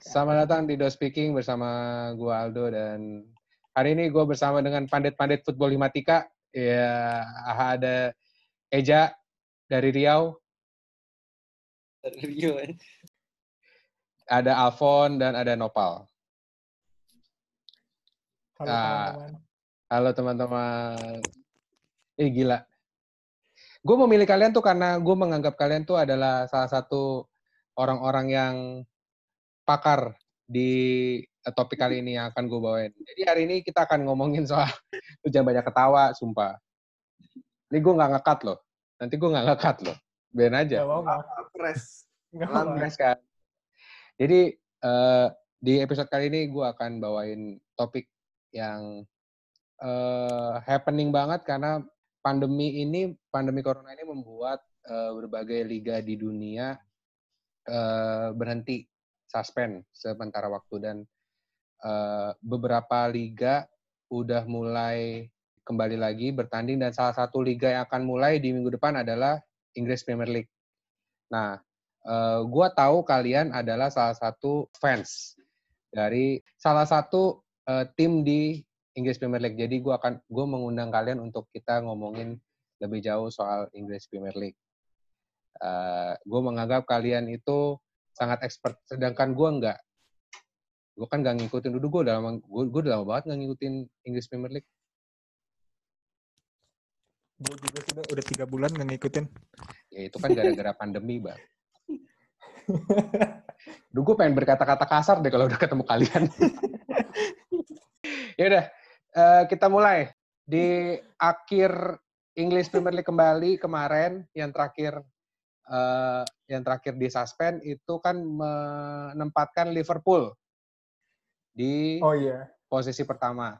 Selamat datang di Do Speaking bersama gue Aldo dan hari ini gue bersama dengan pandit-pandit football Himatika. Ya, ada Eja dari Riau, Dari Rio. ada Alfon dan ada Nopal. Halo teman-teman. Halo teman-teman. Gila. Gue memilih kalian tuh karena gue menganggap kalian tuh adalah salah satu orang-orang yang pakar di topik kali ini yang akan gue bawain. Jadi hari ini kita akan ngomongin soal, lu jangan banyak ketawa, sumpah. Ini gue nggak nge-cut loh. Nanti gue nggak nge-cut loh. Biarin aja. Gak apa-apa. Press. Gak apa-apa. Nice kan? Jadi di episode kali ini gue akan bawain topik yang happening banget karena pandemi corona ini membuat berbagai liga di dunia berhenti, suspend sementara waktu, dan beberapa liga udah mulai kembali lagi bertanding, dan salah satu liga yang akan mulai di minggu depan adalah Inggris Premier League. Nah, gue tahu kalian adalah salah satu fans dari salah satu tim di Inggris Premier League. Jadi gue mengundang kalian untuk kita ngomongin lebih jauh soal Inggris Premier League. Gue menganggap kalian itu sangat expert, sedangkan gue enggak. Gue kan nggak ngikutin, gue udah lama banget nggak ngikutin Inggris Premier League. Gue juga sudah 3 bulan nggak ngikutin. Ya itu kan gara-gara pandemi, Bang. Duh, gue pengen berkata-kata kasar deh kalau udah ketemu kalian. Ya udah, kita mulai. Di akhir English Premier League kembali kemarin, yang terakhir di suspend itu kan menempatkan Liverpool di posisi pertama.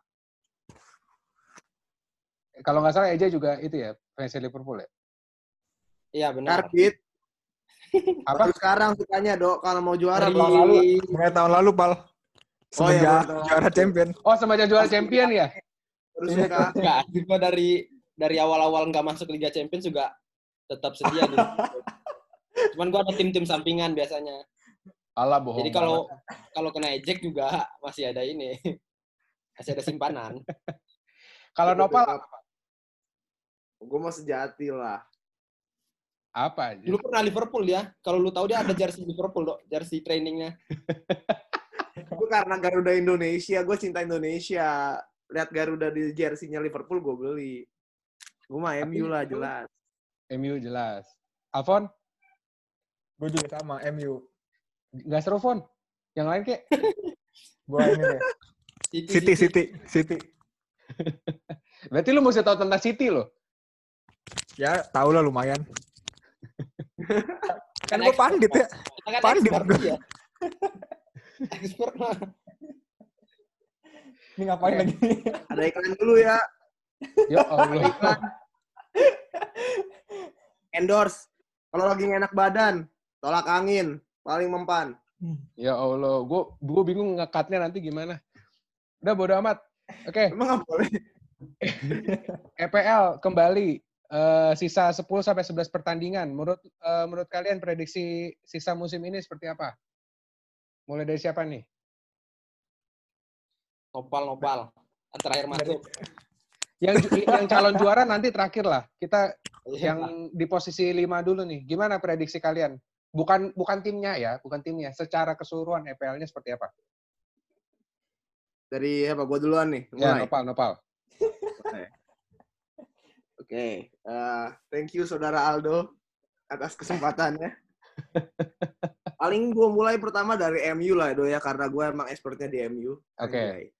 Kalau nggak salah Eja juga itu ya, fans Liverpool ya? Iya benar. Karbit. Apa? Baru sekarang sukanya, Dok, kalau mau juara. Mulai tahun lalu, Pal. Semenjak juara champion. Oh, semenjak juara champion ya? Terus suka. Enggak, gue dari awal-awal nggak masuk Liga Champions juga tetap setia gitu. Cuman gue ada tim-tim sampingan biasanya. Alah, bohong. Jadi kalau kena ejek juga masih ada ini. Masih ada simpanan. Kalau Nopal apa? Gue mau sejati lah. Apa aja? Dulu pernah Liverpool ya. Kalau lu tahu dia ada jersey Liverpool, Dok. Jersey trainingnya. Gue karena Garuda Indonesia, gue cinta Indonesia. Lihat Garuda di jersey-nya Liverpool, gue beli. Gue mah MU lah, jelas. MU jelas. Alfon? Gue juga sama, MU. Nggak seru, Fon? Yang lain, kek? Gue ini deh. City. Berarti lu mesti tahu tentang City loh. Ya, tahu lah lumayan. Kan gue pandit ya. Kita kan Pandit expert gue. ya. Expert mah. Ini ngapain lagi? Ada iklan dulu ya. Ya Allah. Iklan. Endorse. Kalau lagi enak badan, tolak angin, paling mempan. Ya Allah. Gue bingung nge-cut-nya nanti gimana. Udah, bodo amat. Oke. Emang nggak boleh? EPL kembali. Sisa 10-11 pertandingan. Menurut kalian prediksi sisa musim ini seperti apa? Mulai dari siapa nih? Nopal. Terakhir masuk. Yang calon juara nanti terakhir lah. Kita yang di posisi 5 dulu nih. Gimana prediksi kalian? Bukan timnya ya, bukan timnya. Secara keseluruhan EPL-nya seperti apa? Dari apa? Gue duluan nih. Ya, Mulai. Nopal. Oke. Thank you, Saudara Aldo, atas kesempatannya. Paling gue mulai pertama dari MU lah, Do, ya. Karena gue emang expertnya di MU. Oke.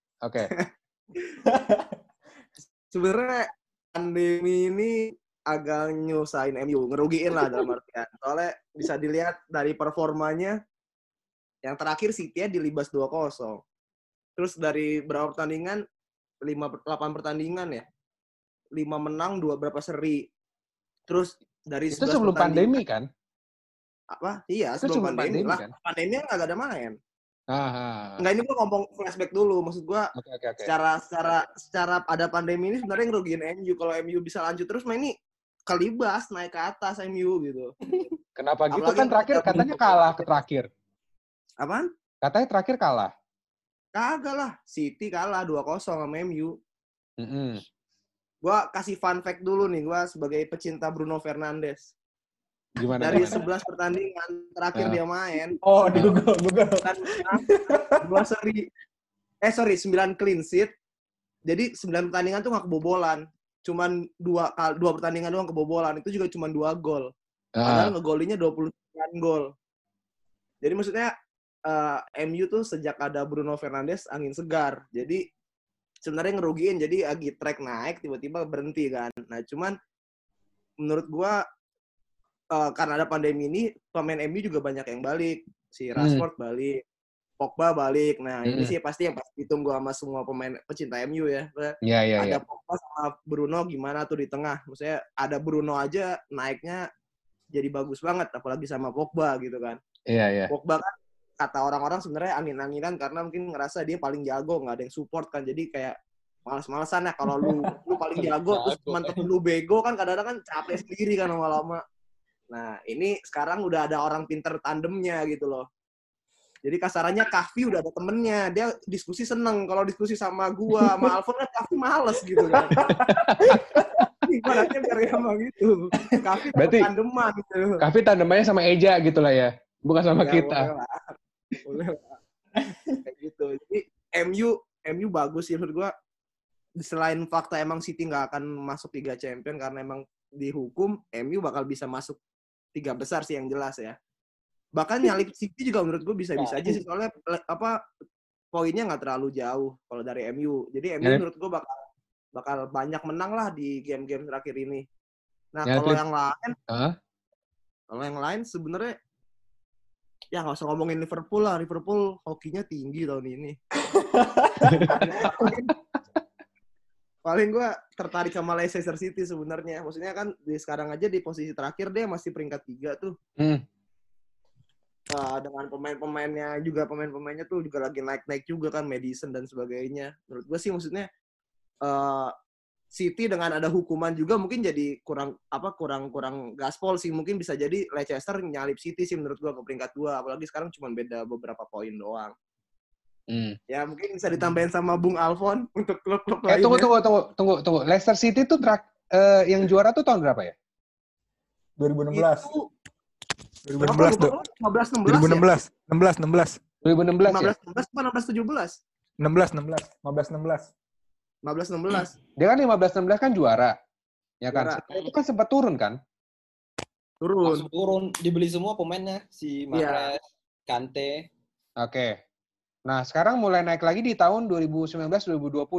Sebenarnya pandemi ini agak nyusahin MU, ngerugiin lah dalam artian. Soalnya bisa dilihat dari performanya, yang terakhir City di libas 2-0. Terus dari berapa pertandingan? 8 pertandingan ya. 5 menang, 2 berapa seri. Terus dari itu sebelum pandemi kan? Apa? Iya, itu sebelum pandemi lah. kan? Pandemi kan nggak ada main. Aha. Enggak, ini gue ngomong flashback dulu. Maksud gue, Oke. secara ada pandemi ini sebenarnya ngerugiin MU. Kalau MU bisa lanjut terus, ini kelibas, naik ke atas MU gitu. Kenapa gitu? Apalagi Kan terakhir katanya kalah ke terakhir. Apaan? Katanya terakhir kalah. Kagak lah, City kalah 2-0 sama MU. Mm-mm. Gua kasih fun fact dulu nih, gua sebagai pecinta Bruno Fernandes. Gimana? Dari gimana? 11 pertandingan terakhir dia main, Oh, di Google. kan 9 clean sheet. Jadi 9 pertandingan tuh nggak kebobolan. Cuman 2 pertandingan doang kebobolan. Itu juga cuman 2 gol. Padahal ngegolinnya 29 gol. Jadi maksudnya MU tuh sejak ada Bruno Fernandes angin segar. Jadi sebenarnya ngerugiin. Jadi lagi track naik tiba-tiba berhenti kan. Nah cuman menurut gua karena ada pandemi ini pemain MU juga banyak yang balik. Si Rashford balik, Pogba balik. Nah ini sih pasti yang pasti ditunggu sama semua pemain pecinta MU ya. Ada Pogba sama Bruno gimana tuh di tengah. Maksudnya ada Bruno aja naiknya jadi bagus banget. Apalagi sama Pogba gitu kan. Iya. Pogba kan kata orang-orang sebenarnya angin-anginan karena mungkin ngerasa dia paling jago, nggak ada yang support kan. Jadi kayak malas-malasan ya kalau lu paling jago terus teman-teman lu bego kan kadang-kadang kan capek sendiri kan lama-lama. Nah, ini sekarang udah ada orang pinter tandemnya gitu loh. Jadi kasarannya Kahvi udah ada temennya. Dia diskusi seneng. Kalau diskusi sama gua, sama Alfon kan Kahvi males gitu kan. Ibaratnya biar sama gitu. Kahvi berarti tandeman gitu. Kahvi tandemannya sama Eja gitu lah ya. Bukan sama ya, kita. Boleh lah. Kayak gitu. Jadi MU bagus sih menurut gua. Selain fakta emang City nggak akan masuk Liga Champions karena emang dihukum, MU bakal bisa masuk 3 besar sih yang jelas ya. Bahkan nyalip City juga menurut gue bisa-bisa aja sih soalnya poinnya nggak terlalu jauh kalau dari MU. Jadi MU menurut gue bakal banyak menang lah di game-game terakhir ini. Nah kalau yang lain sebenarnya ya nggak usah ngomongin Liverpool lah. Liverpool hokinya tinggi tahun ini. Paling gue tertarik sama Leicester City sebenarnya. Maksudnya kan sekarang aja di posisi terakhir dia masih peringkat 3 tuh. Dengan pemain-pemainnya tuh juga lagi naik-naik juga kan, Madison dan sebagainya. Menurut gue sih maksudnya City dengan ada hukuman juga mungkin jadi kurang gaspol sih. Mungkin bisa jadi Leicester nyalip City sih menurut gue ke peringkat 2. Apalagi sekarang cuma beda beberapa poin doang. Ya mungkin bisa ditambahin sama Bung Alfon untuk klub-klub lainnya. Tunggu. Leicester City tuh yang juara tuh tahun berapa ya? 2016. Itu 2016 tuh. 15-16 ya? 2016. 2016 ya? 15-17? 15-16. 15-16. Dia kan 15-16 kan juara. Ya kan? Juara. Itu kan sempat turun kan? Turun. Dibeli semua pemainnya. Si Mahrez, Kante. Oke. Nah, sekarang mulai naik lagi di tahun 2019-2020.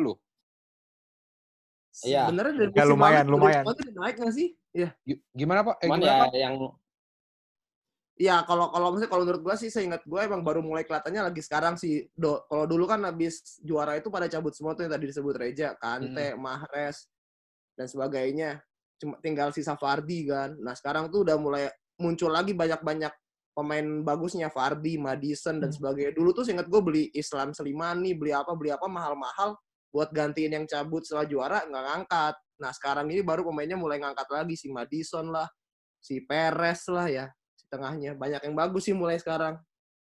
Iya. Sebenarnya dari ya, lumayan. Naik nggak sih? Iya. Gimana Pak? Gimana ya yang ya kalau menurut gue sih seingat gue emang baru mulai kelihatannya lagi sekarang sih. Kalau dulu kan habis juara itu pada cabut semua tuh yang tadi disebut Reja, Kante, Mahrez dan sebagainya. Cuma tinggal sisa Vardy kan. Nah, sekarang tuh udah mulai muncul lagi banyak-banyak pemain bagusnya, Vardy, Madison dan sebagainya. Dulu tuh seingat gue beli Islam Slimani, beli apa mahal-mahal buat gantiin yang cabut setelah juara nggak ngangkat. Nah, sekarang ini baru pemainnya mulai ngangkat lagi, si Madison lah, si Perez lah ya. Tengahnya banyak yang bagus sih mulai sekarang.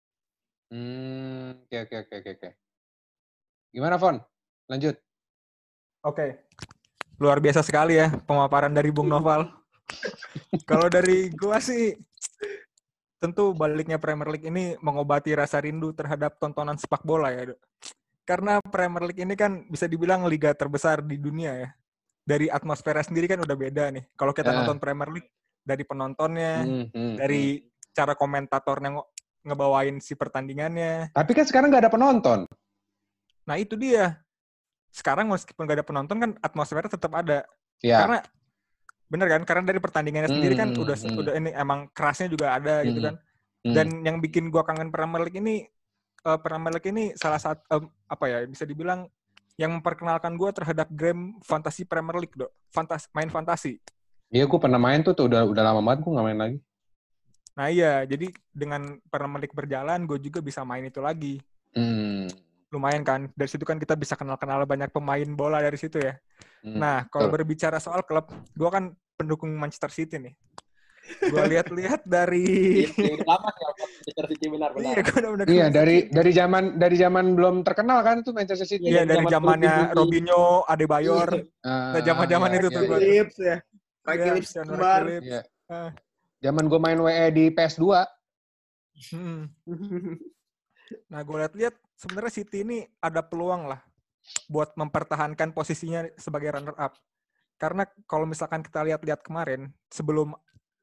Oke. Gimana Fon? Lanjut. Oke. Luar biasa sekali ya pemaparan dari Bung Noval. Kalau dari gua sih tentu baliknya Premier League ini mengobati rasa rindu terhadap tontonan sepak bola ya. Karena Premier League ini kan bisa dibilang liga terbesar di dunia ya. Dari atmosfernya sendiri kan udah beda nih. Kalau kita nonton Premier League dari penontonnya, dari cara komentatornya ngebawain si pertandingannya. Tapi kan sekarang nggak ada penonton. Nah itu dia. Sekarang meskipun nggak ada penonton kan atmosfernya tetap ada. Ya. Karena bener kan? Karena dari pertandingannya sendiri kan udah ini emang kerasnya juga ada gitu kan. Dan yang bikin gua kangen Premier League ini salah satu bisa dibilang yang memperkenalkan gua terhadap game fantasi Premier League, main fantasi. Iya, gue pernah main tuh udah lama banget gue nggak main lagi. Nah iya, jadi dengan Premier League berjalan, gue juga bisa main itu lagi. Lumayan kan, dari situ kan kita bisa kenal-kenal banyak pemain bola dari situ ya. Nah, kalau berbicara soal klub, gue kan pendukung Manchester City nih. Gue lihat-lihat dari Iya, udah lama sih Manchester City benar-benar. iya, gue udah Iya, dari zaman belum terkenal kan tuh Manchester City. iya dari zaman zamannya Rudy. Robinho, Adebayor, nah zaman-zaman Iya, itu iya, tuh gue. iya. Phillips ya. Mike Iya, Phillips Sean kembar. Phillips. Iya. Ah. Zaman gue main WE di PS2. Hmm. Nah, gue lihat-lihat sebenarnya City ini ada peluang lah buat mempertahankan posisinya sebagai runner up. Karena kalau misalkan kita lihat-lihat kemarin sebelum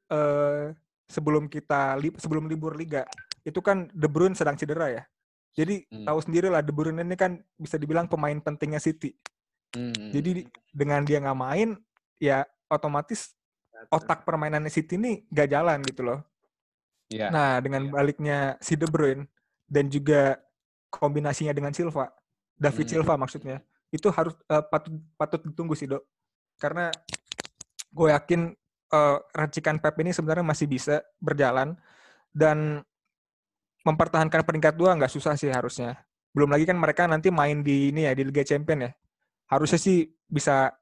sebelum libur liga, itu kan De Bruyne sedang cedera ya. Jadi tahu sendiri lah De Bruyne ini kan bisa dibilang pemain pentingnya City. Jadi dengan dia nggak main, ya otomatis otak permainan City ini nggak jalan gitu loh. Iya. Nah, dengan baliknya si De Bruyne dan juga kombinasinya dengan David Silva maksudnya, itu harus patut ditunggu sih, Dok. Karena gue yakin racikan Pep ini sebenarnya masih bisa berjalan dan mempertahankan peringkat 2 nggak susah sih harusnya. Belum lagi kan mereka nanti main di ini ya, di Liga Champions ya. Harusnya sih bisa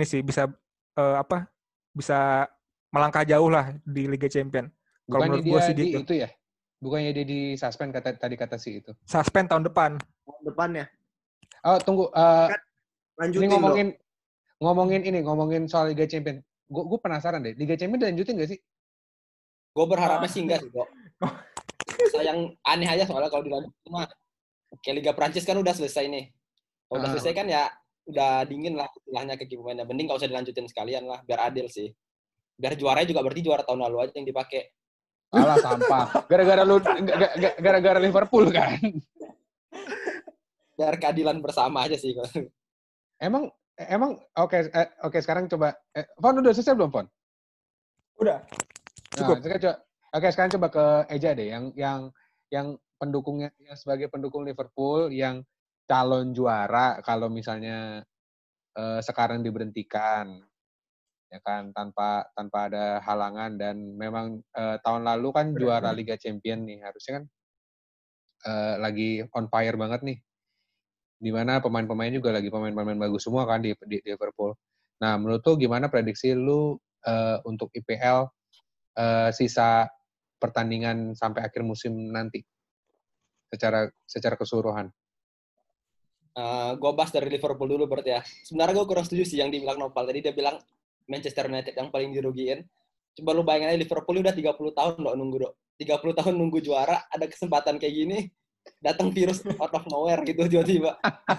bisa melangkah jauh lah di Liga Champions. Kalau Bukannya menurut gue dia sih di gitu. itu ya? Bukannya dia di suspend tadi kata si itu? Suspend tahun depan. Depannya. Oh, tunggu. Lanjutin Ini ngomongin soal Liga Champions. Gue penasaran deh. Liga Champions dilanjutin nggak sih? Gue berharapnya sih enggak sih, Dok. Sayang aneh aja soalnya kalau dilanjut mah. Kayak Liga Prancis kan udah selesai nih. Kalau udah selesai kan ya udah dingin lah istilahnya ke gimana. Mending nggak usah dilanjutin sekalian lah, biar adil sih. Biar juaranya juga berarti juara tahun lalu aja yang dipakai. Alah sampah. Gara-gara Liverpool kan. Biar keadilan bersama aja sih. Emang oke sekarang coba Fon udah selesai belum, Fon? Udah. Cukup. Sekarang coba ke Eja deh yang pendukungnya yang sebagai pendukung Liverpool yang calon juara kalau misalnya sekarang diberhentikan ya kan tanpa ada halangan dan memang tahun lalu kan juara Liga Champions nih harusnya kan lagi on fire banget nih. Di mana pemain-pemain juga lagi pemain-pemain bagus semua kan di Liverpool. Nah, menurut lu gimana prediksi lu untuk IPL sisa pertandingan sampai akhir musim nanti secara keseluruhan? Gue bahas dari Liverpool dulu berarti ya. Sebenarnya gue kurang setuju sih yang dibilang Nopal. Tadi dia bilang Manchester United yang paling dirugiin. Coba lu bayangin aja Liverpool udah 30 tahun loh nunggu, Dok. 30 tahun nunggu juara, ada kesempatan kayak gini, datang virus out of nowhere gitu tiba-tiba.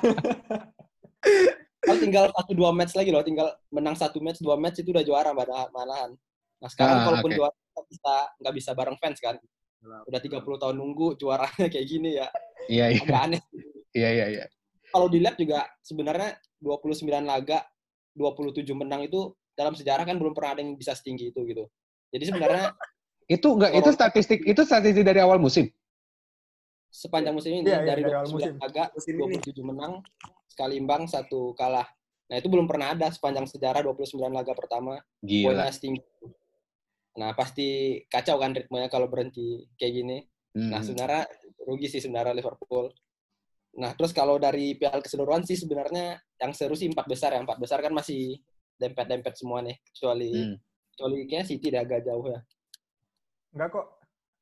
Kalau tinggal 1-2 match lagi loh, tinggal menang 1 match, 2 match itu udah juara malahan. Nah sekarang kalaupun juara nggak bisa bareng fans kan. Udah 30 tahun nunggu juaranya kayak gini ya. Iya. Agak aneh. Iya. Kalau dilihat juga sebenarnya 29 laga, 27 menang itu dalam sejarah kan belum pernah ada yang bisa setinggi itu gitu. Jadi sebenarnya itu statistik dari awal musim. Sepanjang musim ini dari 29 laga, 27 ini. menang, sekali imbang, 1 kalah. Nah, itu belum pernah ada sepanjang sejarah 29 laga pertama. Gila. Setinggi. Nah, pasti kacau kan ritmenya kalau berhenti kayak gini. Nah, sebenarnya rugi sih sebenarnya Liverpool. Nah, terus kalau dari piala keseluruhan sih sebenarnya yang seru sih 4 besar ya. 4 besar kan masih dempet-dempet semua nih. Kecuali kayaknya City udah agak jauh ya. Enggak kok.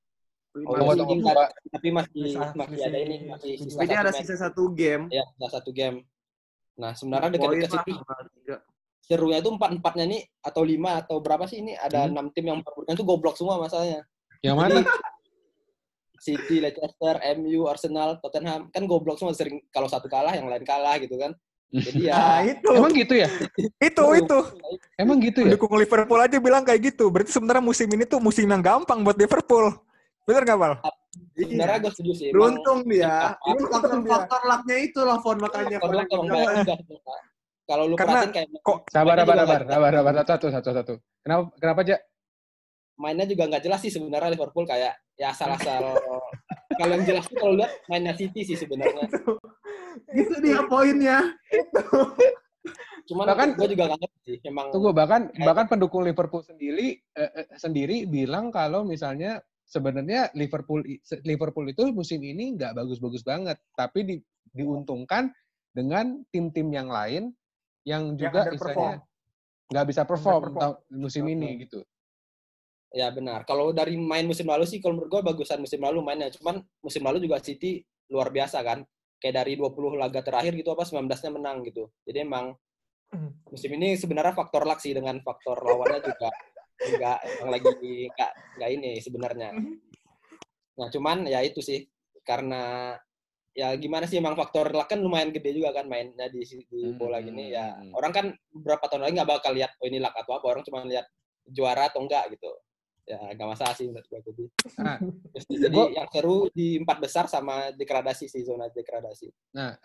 Tapi masih ada ini. Ini ada sisa 1 game. Ya, sisa 1 game. Nah, sebenarnya dekat-dekat situ serunya itu 4-4-nya nih atau 5 atau berapa sih ini ada 6 tim yang perebutan itu goblok semua masalahnya. Yang mana? City, Leicester, MU, Arsenal, Tottenham kan goblok semua, sering kalau satu kalah yang lain kalah gitu kan. Jadi ya itu. Emang gitu ya? itu. Emang gitu ya? Pendukung Liverpool aja bilang kayak gitu. Berarti sebenarnya musim ini tuh musim yang gampang buat Liverpool. Bener nggak, Bal? Sebenarnya gue setuju sih. Beruntung dia. Ini faktor lucknya itu lah, Fon, makanya. Kalau lu perhatiin kayak sabar. Satu. Kenapa aja? Mainnya juga nggak jelas sih sebenarnya Liverpool kayak ya asal-asal. Kalau yang jelas tuh kalau lihat mainnya City sih sebenarnya. Itu dia poinnya. Cuman bahkan gue juga nggak ngerti sih. Emang. Tunggu bahkan pendukung Liverpool sendiri bilang kalau misalnya sebenarnya Liverpool itu musim ini nggak bagus-bagus banget, tapi diuntungkan dengan tim-tim yang lain yang juga istilahnya nggak bisa perform musim ini gitu. Ya benar. Kalau dari main musim lalu sih, kalau menurut gue bagusan musim lalu mainnya. Cuman musim lalu juga City luar biasa kan. Kayak dari 20 laga terakhir gitu 19-nya menang gitu. Jadi emang musim ini sebenarnya faktor luck sih, dengan faktor lawannya juga emang lagi nggak ini sebenarnya. Nah cuman ya itu sih, karena ya gimana sih, emang faktor luck kan lumayan gede juga kan mainnya di bola gini ya. Orang kan beberapa tahun lagi nggak bakal lihat ini luck atau apa, orang cuma lihat juara atau enggak gitu. Ya nggak masalah sih menurut gue. Jadi yang seru di 4 besar sama degradasi sih, zona degradasi. Nah,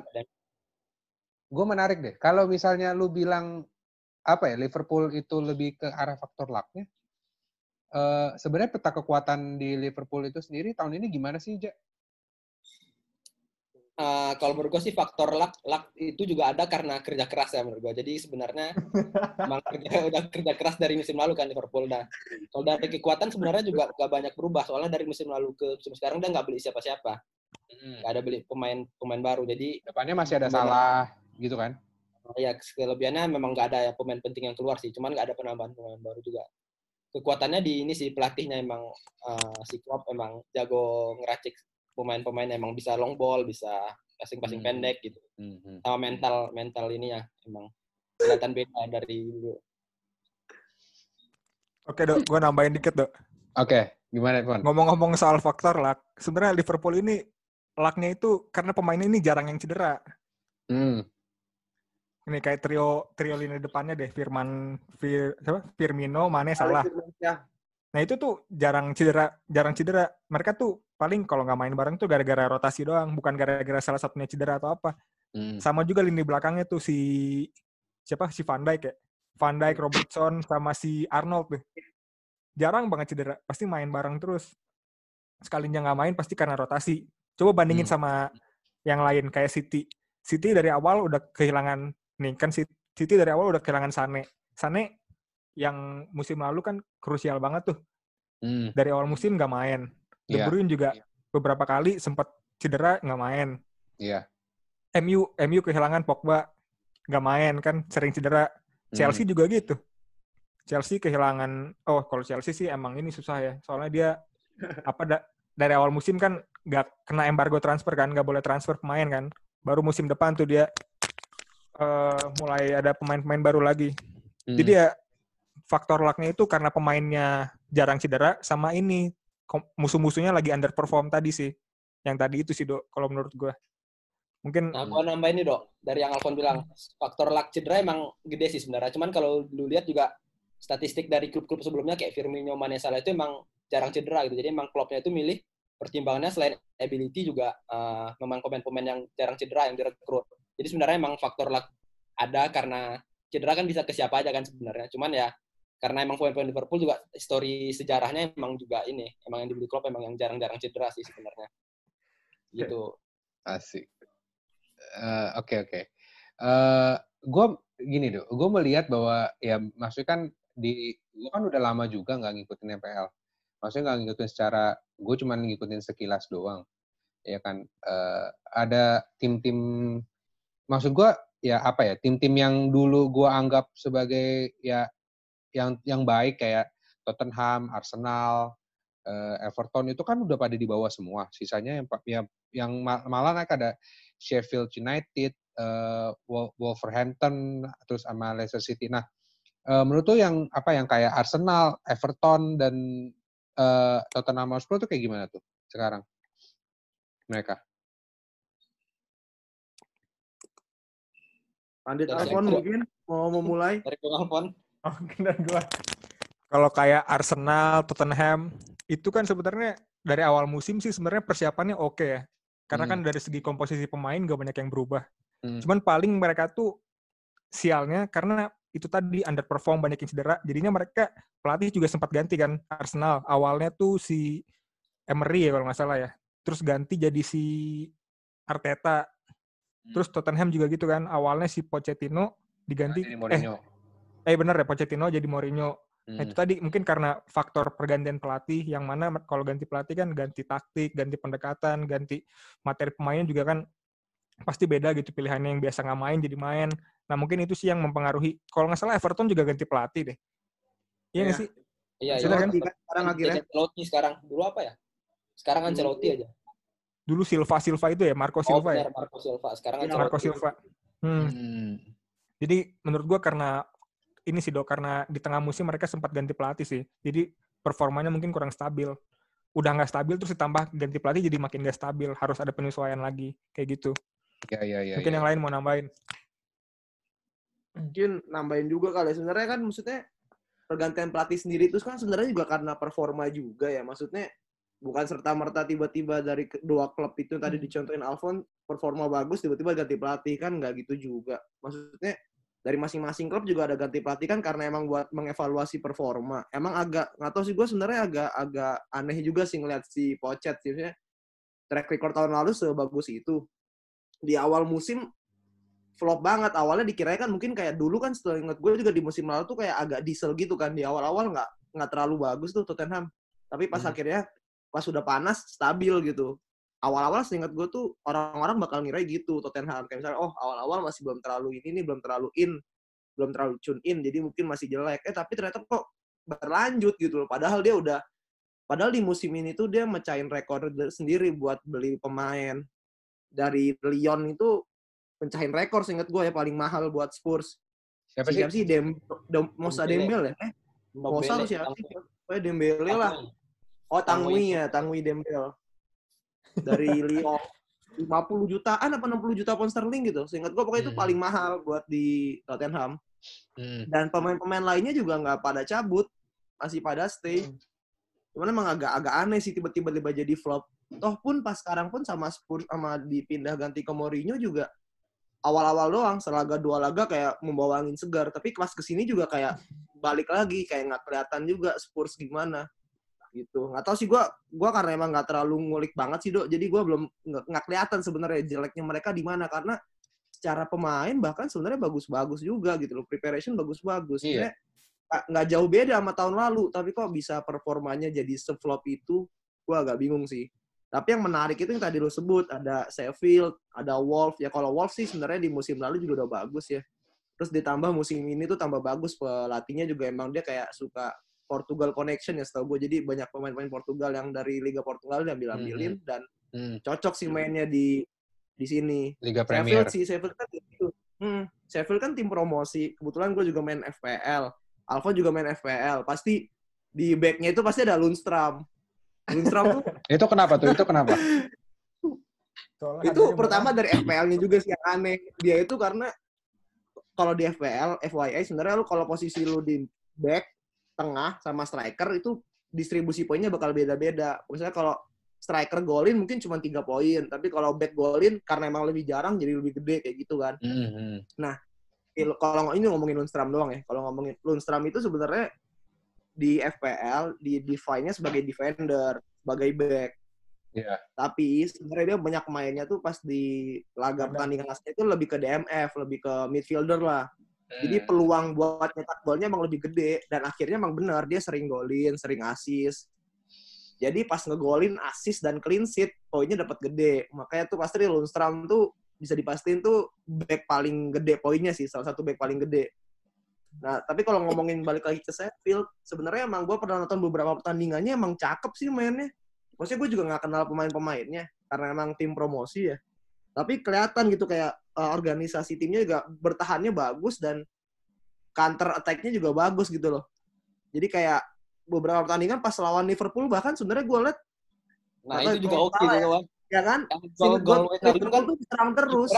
gue menarik deh. Kalau misalnya lu bilang apa ya, Liverpool itu lebih ke arah faktor luck-nya. Sebenarnya peta kekuatan di Liverpool itu sendiri tahun ini gimana sih, Ja? Kalau menurut gue sih faktor luck itu juga ada karena kerja keras ya menurut gue. Jadi sebenarnya emang udah kerja keras dari musim lalu kan Liverpool. Nah, kalau dari kekuatan sebenarnya juga gak banyak berubah. Soalnya dari musim lalu ke musim sekarang dia nggak beli siapa-siapa. Nggak ada beli pemain baru. Jadi depannya masih ada Salah gitu kan? Ya kelebihannya memang nggak ada ya pemain penting yang keluar sih. Cuman nggak ada penambahan pemain baru juga. Kekuatannya di ini sih, pelatihnya emang si Klopp emang jago ngeracik pemain-pemain, emang bisa long ball, bisa passing pendek gitu. Sama mental ini ya emang kelihatan beda dari dulu. Oke, Dok, gue nambahin dikit, Dok. Oke, gimana, Pon? Ngomong-ngomong soal faktor luck, sebenarnya Liverpool ini luck-nya itu karena pemain ini jarang yang cedera. Ini kayak trio lini depannya deh, Firmino, Mane, Salah. Nah itu tuh jarang cedera. Mereka tuh paling kalau nggak main bareng tuh gara-gara rotasi doang, bukan gara-gara salah satunya cedera atau apa. Sama juga lini belakangnya tuh si Van Dijk ya. Van Dijk, Robertson, sama si Arnold tuh. Jarang banget cedera, pasti main bareng terus. Sekalinya nggak main pasti karena rotasi. Coba bandingin sama yang lain kayak City. City dari awal udah kehilangan City dari awal udah kehilangan Sane yang musim lalu kan krusial banget tuh. Dari awal musim nggak main. De Bruyne juga beberapa kali sempat cedera nggak main. MU kehilangan Pogba nggak main kan, sering cedera. Chelsea juga gitu. Chelsea kehilangan, kalau Chelsea sih emang ini susah ya. Soalnya dia dari awal musim kan nggak kena embargo transfer kan, nggak boleh transfer pemain kan. Baru musim depan tuh dia mulai ada pemain-pemain baru lagi. Jadi ya faktor luck-nya itu karena pemainnya jarang cedera, sama ini musuh-musuhnya lagi underperform tadi sih. Yang tadi itu sih, Dok, kalau menurut gue. Mungkin. Nah, gue nambahin nih, Dok. Dari yang Alfon bilang, faktor luck cedera emang gede sih sebenarnya. Cuman kalau lu lihat juga statistik dari klub-klub sebelumnya kayak Firmino, Mane, Salah itu emang jarang cedera gitu. Jadi emang Kloppnya itu milih pertimbangannya selain ability juga memang pemain-pemain yang jarang cedera yang direkrut. Jadi sebenarnya emang faktor luck ada karena cedera kan bisa ke siapa aja kan sebenarnya. Cuman ya karena emang pemain-pemain Liverpool juga histori sejarahnya emang juga ini, emang yang dibeli Klopp emang yang jarang-jarang cedera sih sebenarnya. Gitu. Asik. Oke. Gue gini, Dok. Gue melihat bahwa ya maksudnya kan gue kan udah lama juga nggak ngikutin MPL. Maksudnya nggak ngikutin secara, gue cuma ngikutin sekilas doang. Ya kan, ada tim-tim, maksud gue ya apa ya, tim-tim yang dulu gue anggap sebagai ya yang baik kayak Tottenham, Arsenal, Everton itu kan udah pada di bawah semua. Sisanya yang malah naik ada Sheffield United, Wolverhampton, terus sama Leicester City. Nah, menurut tuh yang kayak Arsenal, Everton, dan Tottenham Hotspur tuh kayak gimana tuh sekarang mereka? Pandit Alfon mungkin mau memulai. Dari Alfon. Dan gue. Kalau kayak Arsenal, Tottenham, itu kan sebenarnya dari awal musim sih sebenarnya persiapannya oke ya. Karena kan dari segi komposisi pemain gak banyak yang berubah. Cuman paling mereka tuh sialnya karena itu tadi underperform, banyak yang cedera. Jadinya mereka pelatih juga sempat ganti kan. Arsenal awalnya tuh si Emery ya kalau nggak salah ya. Terus ganti jadi si Arteta. Terus Tottenham juga gitu kan. Awalnya si Pochettino diganti. Bener ya, Pochettino jadi Mourinho. Nah itu tadi mungkin karena faktor pergantian pelatih, yang mana kalau ganti pelatih kan ganti taktik, ganti pendekatan, ganti materi pemainnya juga kan pasti beda gitu, pilihannya yang biasa nggak main jadi main. Nah mungkin itu sih yang mempengaruhi. Kalau nggak salah Everton juga ganti pelatih deh. Iya nggak sih? Iya, Ancelotti kan? kan sekarang akhirnya. Ancelotti sekarang. Dulu apa ya? Sekarang Ancelotti aja. Dulu Silva itu ya, Marco Silva ya? Benar, Marco Silva. Sekarang Iya, Ancelotti. Marco Silva. Jadi menurut gua karena ini sih Dok, karena di tengah musim mereka sempat ganti pelatih sih. Jadi performanya mungkin kurang stabil. Udah nggak stabil terus ditambah ganti pelatih jadi makin nggak stabil. Harus ada penyesuaian lagi kayak gitu. Iya. Mungkin yang lain mau nambahin. Mungkin nambahin juga kali. Sebenarnya kan maksudnya pergantian pelatih sendiri itu kan sebenarnya juga karena performa juga ya. Maksudnya bukan serta-merta tiba-tiba dari dua klub itu tadi dicontohin Alfon performa bagus tiba-tiba ganti pelatih kan nggak gitu juga. Maksudnya dari masing-masing klub juga ada ganti pelatih kan karena emang buat mengevaluasi performa. Emang agak nggak tahu sih gue sebenarnya agak aneh juga sih ngeliat si Pocket sih. Maksudnya track record tahun lalu sebagus itu. Di awal musim flop banget. Awalnya dikira kan mungkin kayak dulu kan setelah inget gue juga di musim lalu tuh kayak agak diesel gitu kan. Di awal-awal nggak terlalu bagus tuh Tottenham. Tapi pas akhirnya pas udah panas stabil gitu. Awal-awal seingat gue tuh orang-orang bakal ngira gitu Tottenham. Kayak misalnya awal-awal masih belum terlalu ini nih, belum terlalu belum terlalu tune in, jadi mungkin masih jelek. Tapi ternyata kok berlanjut gitu loh. Padahal di musim ini tuh dia mecahin rekor sendiri buat beli pemain. Dari Lyon itu pencahin rekor seingat gue ya paling mahal buat Spurs. Siapa sih? Siapa sih? Mosa Dembele ya? Mosa atau siapa sih? Dembele lah. Oh, Tanguy Dembele. Dari Lyon 50 jutaan apa 60 juta pound sterling gitu. Seingat gue pokoknya itu paling mahal buat di Tottenham. Dan pemain-pemain lainnya juga nggak pada cabut. Masih pada stay. Cuman emang agak aneh sih tiba-tiba jadi flop. Toh pun pas sekarang pun sama Spurs sama dipindah ganti ke Mourinho juga awal-awal doang, selaga 2 laga kayak membawa angin segar. Tapi kelas kesini juga kayak balik lagi, kayak nggak kelihatan juga Spurs gimana. Gitu. Nggak tahu sih gue karena emang nggak terlalu ngulik banget sih, Dok. Jadi gue belum nggak kelihatan sebenarnya jeleknya mereka di mana. Karena secara pemain bahkan sebenarnya bagus-bagus juga gitu loh. Preparation bagus-bagus. Sebenarnya nggak jauh beda sama tahun lalu. Tapi kok bisa performanya jadi se-flop itu, gue agak bingung sih. Tapi yang menarik itu yang tadi lo sebut, ada Sheffield, ada Wolves. Ya kalau Wolves sih sebenarnya di musim lalu juga udah bagus ya. Terus ditambah musim ini tuh tambah bagus, pelatihnya juga emang dia kayak suka Portugal connection ya setahu gue. Jadi banyak pemain-pemain Portugal yang dari Liga Portugal diambil-ambilin dan cocok sih mainnya di sini. Liga Premier. Sheffield kan itu. Sheffield kan tim promosi. Kebetulan gue juga main FPL. Alfa juga main FPL. Pasti di back-nya itu pasti ada Lundstram. Lundstram tuh Itu kenapa tuh? itu pertama dari FPL-nya juga sih yang aneh. Dia itu karena kalau di FPL, FYI sebenarnya lu kalau posisi lu di back, tengah, sama striker itu distribusi poinnya bakal beda-beda. Misalnya kalau striker golin mungkin cuma 3 poin, tapi kalau back golin karena emang lebih jarang jadi lebih gede kayak gitu kan. Nah, kalau ini ngomongin Lundstram doang ya. Kalau ngomongin Lundstram itu sebenarnya di FPL di define-nya sebagai defender, sebagai back. Yeah. Tapi sebenarnya dia banyak mainnya tuh pas di laga pertandingan asli itu lebih ke DMF, lebih ke midfielder lah. Jadi peluang buat nyetak golnya emang lebih gede dan akhirnya emang benar dia sering golin, sering assist. Jadi pas ngegolin, assist dan clean sheet, poinnya dapat gede. Makanya tuh pasti Lundstram tuh bisa dipastiin tuh back paling gede poinnya sih, salah satu back paling gede. Nah, tapi kalau ngomongin balik lagi ke Sheffield, sebenarnya emang gue pernah nonton beberapa pertandingannya, emang cakep sih mainnya. Maksudnya gue juga nggak kenal pemain-pemainnya, karena emang tim promosi ya. Tapi kelihatan gitu kayak organisasi timnya juga bertahannya bagus dan counter attack-nya juga bagus gitu loh. Jadi kayak beberapa pertandingan pas lawan Liverpool bahkan sebenarnya gue liat. Nah itu juga oke gitu kan. Ya kan? Liverpool tuh serang terus.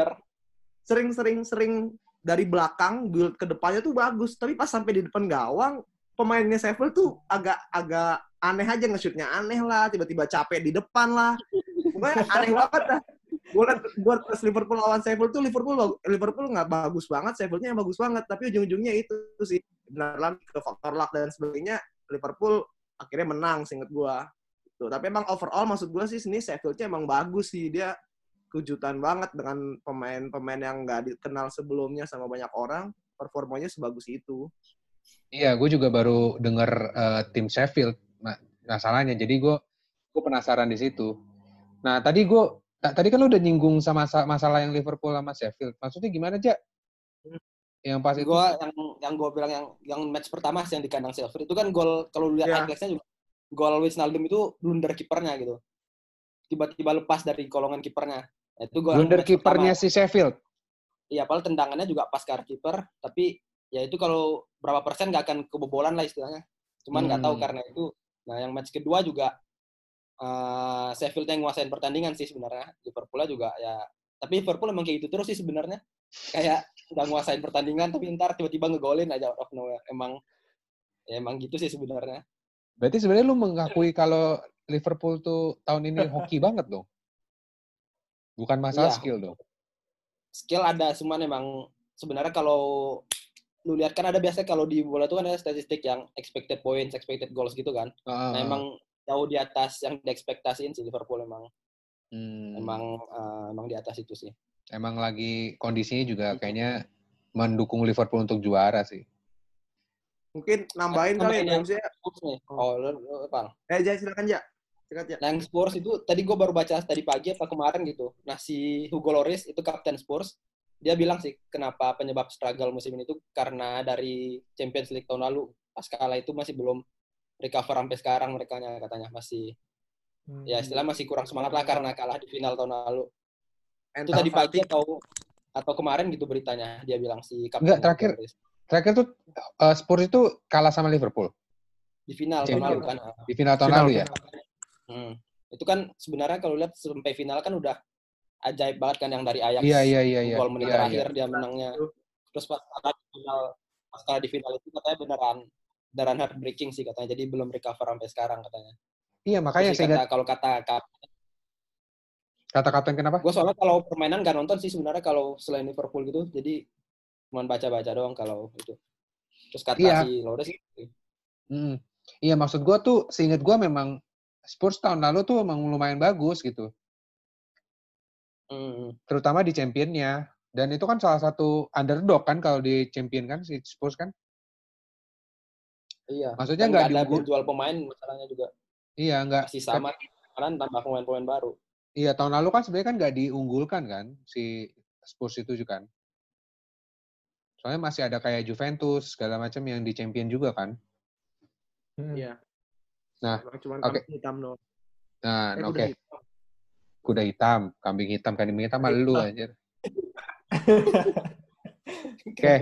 Sering dari belakang build ke depannya tuh bagus, tapi pas sampai di depan gawang pemainnya Sheffield tuh agak aneh aja nge-shootnya aneh lah, tiba-tiba capek di depan lah. Pokoknya aneh banget dah. Gue pas Liverpool lawan Sheffield tuh Liverpool nggak bagus banget, Sheffieldnya yang bagus banget, tapi ujung-ujungnya itu sih beneran ke faktor luck dan sebagainya Liverpool akhirnya menang seinget gue. Tuh, tapi emang overall maksud gue sih sini Sheffieldnya emang bagus sih, dia kejutan banget dengan pemain-pemain yang nggak dikenal sebelumnya sama banyak orang, performanya sebagus itu. Iya, gue juga baru dengar tim Sheffield masalahnya, jadi gue penasaran di situ. Nah, tadi kan lu udah nyinggung sama masalah yang Liverpool sama Sheffield. Maksudnya gimana, Ja? Yang pas itu yang gue bilang yang match pertama sih yang di kandang Silver itu kan gol, kalau lihat highlights-nya juga gol Wijnaldum itu blunder kipernya gitu. Tiba-tiba lepas dari kolongan kipernya. Itu gol blunder kipernya si Sheffield. Iya, padahal tendangannya juga pas ke kiper, tapi ya itu kalau berapa persen nggak akan kebobolan lah istilahnya. Cuman nggak tahu karena itu. Nah, yang match kedua juga Sheffield yang nguasain pertandingan sih sebenarnya. Liverpool juga ya. Tapi Liverpool emang kayak gitu terus sih sebenarnya. Kayak nggak nguasain pertandingan, tapi ntar tiba-tiba ngegolin aja out of nowhere. Emang gitu sih sebenarnya. Berarti sebenarnya lu mengakui kalau Liverpool tuh tahun ini hoki banget dong? Bukan masalah skill dong? Skill ada, cuman emang sebenarnya kalau lu lihat kan ada biasanya kalau di bola itu kan ada statistik yang expected points, expected goals gitu kan. Nah emang jauh di atas yang diekspektasiin sih Liverpool emang di atas itu sih. Emang lagi kondisinya juga kayaknya mendukung Liverpool untuk juara sih. Mungkin nambahin kali ya MC. Bang. Silakan, Ja. Nah, yang Spurs itu tadi gue baru baca tadi pagi apa kemarin gitu. Nah, si Hugo Lloris itu kapten Spurs, dia bilang sih kenapa penyebab struggle musim ini itu karena dari Champions League tahun lalu pas kalah itu masih belum recover sampai sekarang merekanya katanya masih ya istilah masih kurang semangat lah karena kalah di final tahun lalu. Itu tadi pagi atau kemarin gitu beritanya dia bilang si kapten. Enggak, terakhir tuh Spurs itu kalah sama Liverpool di final tahun lalu kan. Di final tahun lalu ya. Itu kan sebenarnya kalau lihat sampai final kan udah ajaib banget kan yang dari Ajax gol menit terakhir dia menangnya. Terus pas di final itu katanya beneran heartbreaking sih katanya. Jadi belum recover sampai sekarang katanya. Iya, makanya saya kalau kata kapten kenapa? Gue soalnya kalau permainan nggak nonton sih sebenarnya kalau selain Liverpool gitu. Jadi cuma baca-baca doang kalau itu. Terus kata si Lloris Iya, maksud gue tuh seingat gue memang Spurs tahun lalu tuh emang lumayan bagus gitu. Terutama di Champion-nya. Dan itu kan salah satu underdog kan kalau di Champion kan si Spurs kan. Iya. Maksudnya nggak ada penjual pemain masalahnya juga. Iya, nggak. Masih sama kan tambah pemain-pemain baru. Iya, tahun lalu kan sebenarnya kan nggak diunggulkan kan si Spurs itu juga kan. Soalnya masih ada kayak Juventus segala macam yang di Champion juga kan. Iya. Nah, oke. Hitam dong. Nah, oke. Kuda hitam, kambing hitam mah lu anjir. Oke.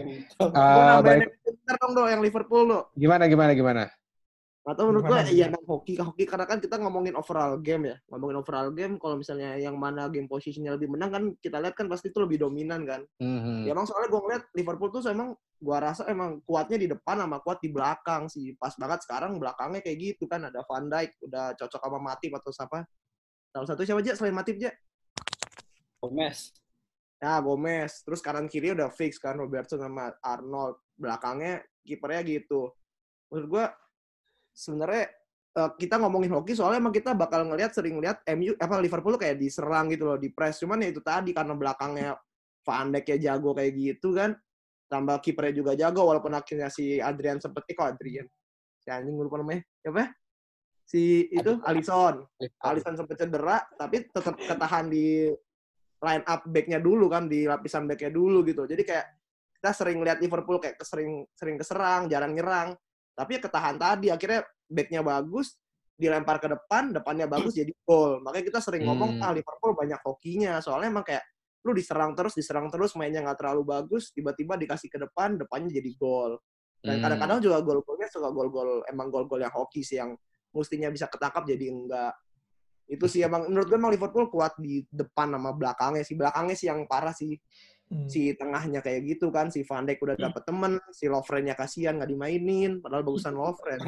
Bentar dong yang Liverpool lo. Gimana? Atau menurut gue ya hoki karena kan kita ngomongin overall game ya. Ngomongin overall game kalau misalnya yang mana game posisinya lebih menang kan kita lihat kan pasti itu lebih dominan kan. Ya emang soalnya gue ngeliat Liverpool tuh emang gue rasa emang kuatnya di depan sama kuat di belakang sih. Pas banget sekarang belakangnya kayak gitu kan ada Van Dijk udah cocok sama Matip atau siapa. Salah satu siapa aja selain Matip aja? Gomez. Ya Gomez. Terus kanan kiri udah fix kan Robertson sama Arnold. Belakangnya kipernya gitu. Menurut gue sebenarnya kita ngomongin hoki soalnya emang kita bakal sering ngeliat Liverpool kayak diserang gitu loh, di press. Cuman ya itu tadi karena belakangnya Van Dijk ya jago kayak gitu kan. Tambah kipernya juga jago walaupun akhirnya si Adrian sempet Adrian. Si anjing lupa namanya. Siapa? Si itu Alisson sempet cedera tapi tetap ketahan di line up back-nya dulu kan, di lapisan back-nya dulu gitu. Jadi kayak kita sering lihat Liverpool kayak sering keserang, jarang nyerang. Tapi ya ketahan tadi, akhirnya back-nya bagus, dilempar ke depannya bagus jadi gol. Makanya kita sering ngomong, Liverpool banyak hokinya. Soalnya emang kayak, lu diserang terus, mainnya nggak terlalu bagus, tiba-tiba dikasih ke depannya jadi gol. Dan kadang-kadang juga gol-golnya suka emang gol-gol yang hoki sih, yang mestinya bisa ketangkap jadi enggak. Itu sih emang, menurut gue emang Liverpool kuat di depan sama belakangnya sih. Belakangnya sih yang parah sih. Si tengahnya kayak gitu kan, si Van Dijk udah dapet temen, si Lovren-nya kasihan nggak dimainin, padahal bagusan Lovren.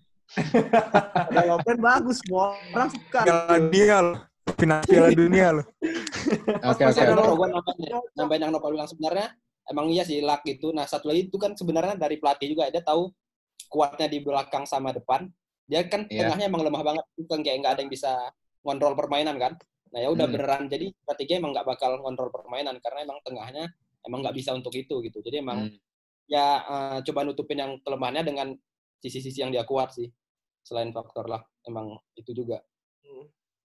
Lovren bagus, semua orang suka. Piala dunia loh. Oke. Nambahin yang Nopal bilang sebenarnya, emang iya sih luck gitu. Nah satu lagi itu kan sebenarnya dari pelatih juga, dia tahu kuatnya di belakang sama depan. Dia kan tengahnya emang lemah banget, bukan kayak nggak ada yang bisa ngontrol permainan kan. Nah ya udah beneran jadi strateginya emang nggak bakal ngontrol permainan karena emang tengahnya emang nggak bisa untuk itu gitu. Jadi emang coba nutupin yang kelemahannya dengan sisi-sisi yang dia kuat sih. Selain faktor lah emang itu juga.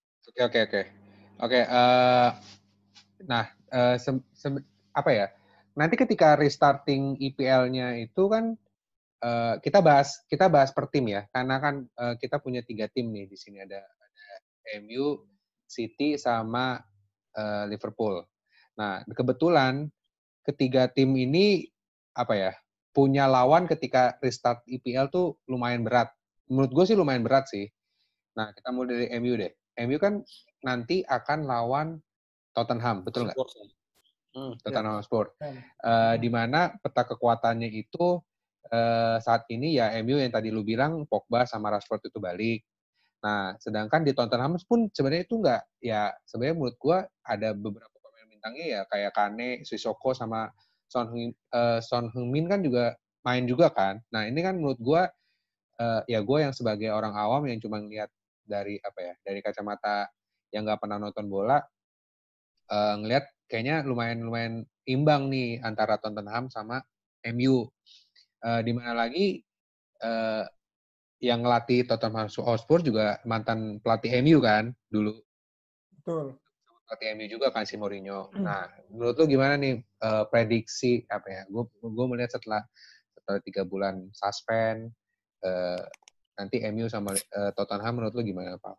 Oke. Nah, apa ya? nanti ketika restarting IPL-nya itu kan kita bahas per tim ya, karena kan kita punya 3 tim nih di sini, ada MU, City sama Liverpool. Nah, kebetulan ketiga tim ini punya lawan ketika restart IPL tuh lumayan berat. Menurut gue sih lumayan berat sih. Nah, kita mulai dari MU deh. MU kan nanti akan lawan Tottenham, betul nggak? Tottenham Hotspur. Di mana peta kekuatannya itu saat ini ya MU yang tadi lu bilang Pogba sama Rashford itu balik. Nah, sedangkan di Tottenham pun sebenarnya itu nggak, ya sebenarnya menurut gue ada beberapa pemain bintangnya ya kayak Kane, Sissoko sama Son Heung-min kan juga main juga kan. Nah, ini kan menurut gue ya gue yang sebagai orang awam yang cuma ngeliat dari dari kacamata yang nggak pernah nonton bola, ngelihat kayaknya lumayan imbang nih antara Tottenham sama MU. Di mana lagi yang ngelatih Tottenham Hotspur juga mantan pelatih MU kan dulu. Betul. Pelatih MU juga kan si Mourinho. Nah, menurut lu gimana nih prediksi Gue melihat setelah 3 bulan suspend nanti MU sama Tottenham, menurut lu gimana, Pak?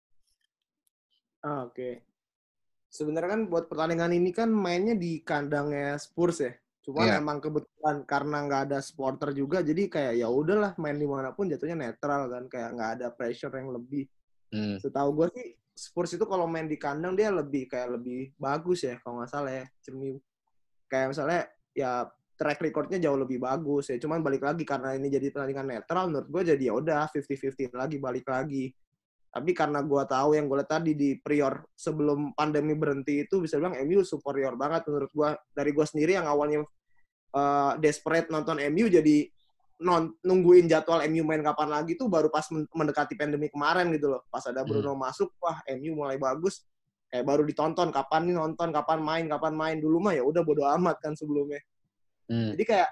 Oke. Sebenarnya kan buat pertandingan ini kan mainnya di kandangnya Spurs ya. Cuman emang kebetulan karena nggak ada supporter juga, jadi kayak ya udahlah main dimanapun jatuhnya netral kan, kayak nggak ada pressure yang lebih. Setahu gue sih Spurs itu kalau main di kandang dia lebih bagus ya kalau nggak salah ya. Kayak misalnya ya track recordnya jauh lebih bagus ya. Cuman balik lagi karena ini jadi pertandingan netral, menurut gue jadi ya udah 50-50 lagi balik lagi. Tapi karena gue tahu yang gue lihat tadi di prior sebelum pandemi berhenti itu bisa bilang MU superior banget menurut gue. Dari gue sendiri yang awalnya desperate nonton MU jadi nungguin jadwal MU main kapan lagi tuh baru pas mendekati pandemi kemarin gitu loh. Pas ada Bruno masuk, wah MU mulai bagus. Kayak baru ditonton kapan nih nonton, kapan main. Dulu mah ya udah bodo amat kan sebelumnya. Jadi kayak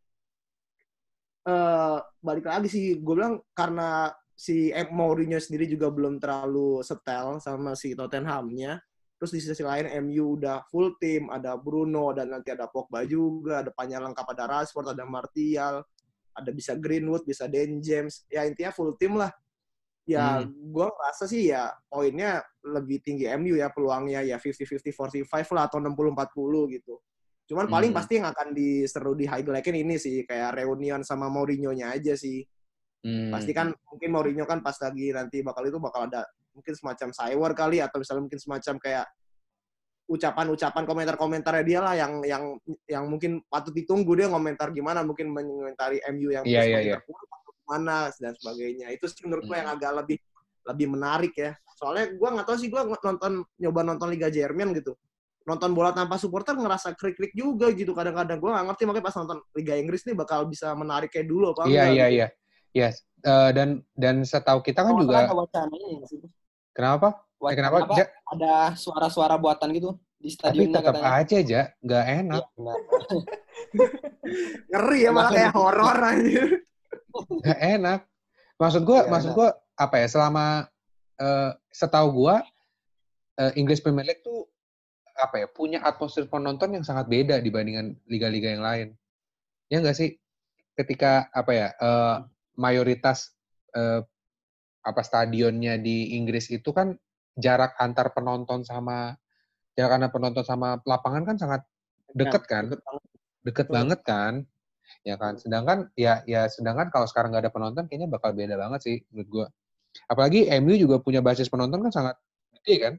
balik lagi sih gue bilang karena si Mourinho sendiri juga belum terlalu setel sama si Tottenham-nya. Terus di sisi lain MU udah full tim, ada Bruno, dan nanti ada Pogba juga, ada panjang lengkap, ada Rashford, ada Martial, ada bisa Greenwood, bisa Dan James. Ya intinya full tim lah. Ya gue ngerasa sih ya poinnya lebih tinggi MU ya, peluangnya ya 50-50, 45 lah, atau 60-40 gitu. Cuman paling pasti yang akan diseru di highlight-in ini sih, kayak reunion sama Mourinho-nya aja sih. Pasti kan mungkin Mourinho kan pas lagi nanti bakal ada mungkin semacam cyber kali, atau misalnya mungkin semacam kayak ucapan-ucapan komentar-komentarnya dia lah yang mungkin patut ditunggu, dia ngomentar gimana, mungkin mengomentari MU yang semakin terpuruk atau gimana dan sebagainya. Itu sih menurut gue yang agak lebih menarik ya. Soalnya gue nggak tahu sih, gue nyoba nonton Liga Jerman gitu. Nonton bola tanpa supporter ngerasa krik-krik juga gitu kadang-kadang. Gue nggak ngerti, makanya pas nonton Liga Inggris nih bakal bisa menarik kayak dulu apa enggak. Iya. Yes. Dan setahu kita kan juga ada wacana ini sih. Kenapa? Kenapa? Ada suara-suara buatan gitu di stadionnya katanya. Tapi tetap katanya. aja, nggak enak. Ya, ngeri ya, malah kayak horor aja. Nggak enak. Maksud gue apa ya? Selama setahu gue English Premier League tuh apa ya? Punya atmosfer penonton yang sangat beda dibandingkan liga-liga yang lain. Ya nggak sih? Ketika apa ya? Mayoritas stadionnya di Inggris itu kan jarak antar penonton sama lapangan kan sangat dekat kan, deket banget kan, ya kan. Sedangkan kalau sekarang nggak ada penonton, kayaknya bakal beda banget sih menurut gue. Apalagi MU juga punya basis penonton kan sangat gede kan.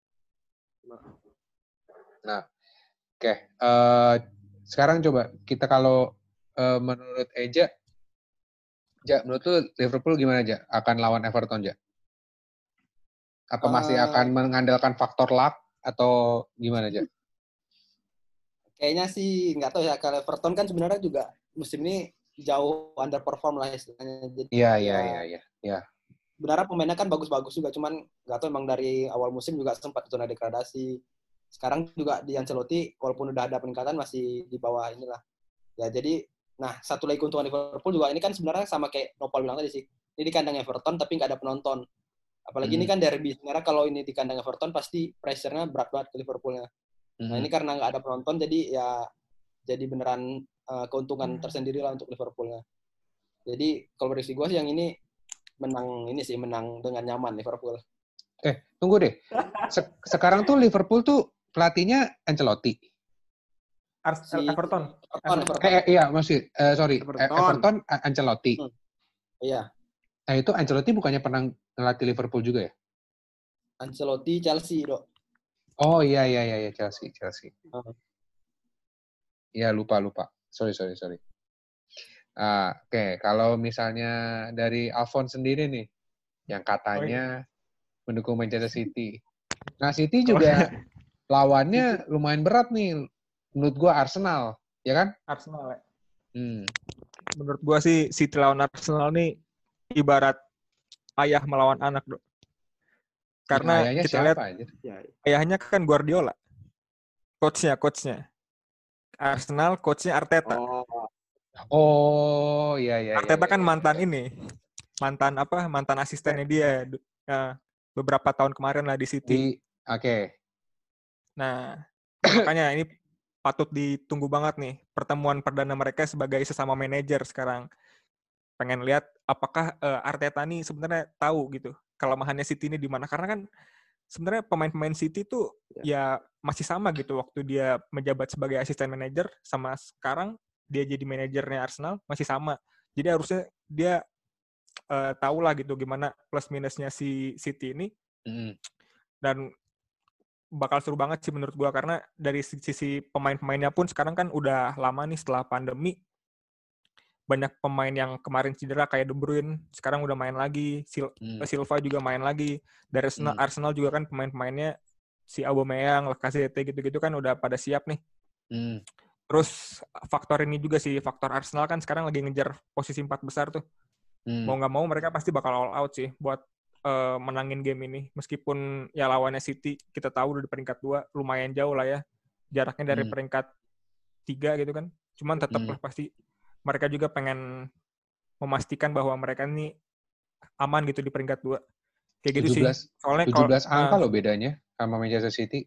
Nah, oke. Sekarang coba kita kalau menurut Eja, menurut lu Liverpool gimana aja akan lawan Everton, Ja? Apa masih akan mengandalkan faktor luck atau gimana aja? Kayaknya sih nggak tahu ya, kalau Everton kan sebenarnya juga musim ini jauh underperform lah istilahnya. Iya. Sebenarnya pemainnya kan bagus-bagus juga, cuman nggak tahu emang dari awal musim juga sempat zona degradasi. Sekarang juga di Ancelotti walaupun udah ada peningkatan masih di bawah inilah. Ya jadi, nah satu lagi keuntungan Liverpool juga ini kan sebenarnya sama kayak Nopal bilang tadi sih. Ini di kandang Everton tapi nggak ada penonton. Apalagi ini kan derby. Sebenarnya kalau ini di kandang Everton pasti pressure-nya berat banget ke Liverpool-nya. Nah ini karena nggak ada penonton jadi ya jadi beneran keuntungan tersendiri lah untuk Liverpoolnya. Jadi kalau prediksi gue sih yang ini menang dengan nyaman Liverpool. Tunggu deh. Sekarang tuh Liverpool tuh pelatihnya Ancelotti. Everton. Iya, maksud sorry. Everton. Everton Ancelotti. Iya. Nah, itu Ancelotti bukannya pernah ngelatih Liverpool juga ya? Ancelotti Chelsea, Dok. Oh iya Chelsea. Iya, lupa. Sorry. Oke. Kalau misalnya dari Alphonse sendiri nih, yang katanya mendukung Manchester City. Nah, City juga lawannya lumayan berat nih. Menurut gua Arsenal, ya kan? Arsenal ya. Menurut gua sih City lawan Arsenal nih ibarat ayah melawan anak, Dok. Karena ayahnya kita siapa lihat aja? ayahnya kan Guardiola. Coachnya. Arsenal coachnya Arteta. Oh, iya. Arteta kan mantan asistennya dia beberapa tahun kemarin lah di City. Oke. Nah, makanya ini patut ditunggu banget nih pertemuan perdana mereka sebagai sesama manajer sekarang. Pengen lihat apakah Arteta nih sebenarnya tahu gitu kelemahannya City ini di mana, karena kan sebenarnya pemain-pemain City tuh ya masih sama gitu waktu dia menjabat sebagai asisten manajer sama sekarang dia jadi manajernya Arsenal masih sama. Jadi harusnya dia tahu lah gitu gimana plus minusnya si City ini. Dan bakal seru banget sih menurut gua karena dari sisi pemain-pemainnya pun sekarang kan udah lama nih setelah pandemi. Banyak pemain yang kemarin cedera kayak De Bruyne sekarang udah main lagi, Silva juga main lagi. Dari Arsenal juga kan pemain-pemainnya si Aubameyang, Lacazette gitu-gitu kan udah pada siap nih. Terus faktor ini juga sih, faktor Arsenal kan sekarang lagi ngejar posisi 4 besar tuh. Mau nggak mau mereka pasti bakal all out sih buat menangin game ini. Meskipun ya lawannya City kita tahu udah di peringkat 2 lumayan jauh lah ya. Jaraknya dari peringkat 3 gitu kan. Cuman tetap lah pasti mereka juga pengen memastikan bahwa mereka ini aman gitu di peringkat 2. Kayak gitu 17, sih. Soalnya 17 angka loh bedanya sama Manchester City.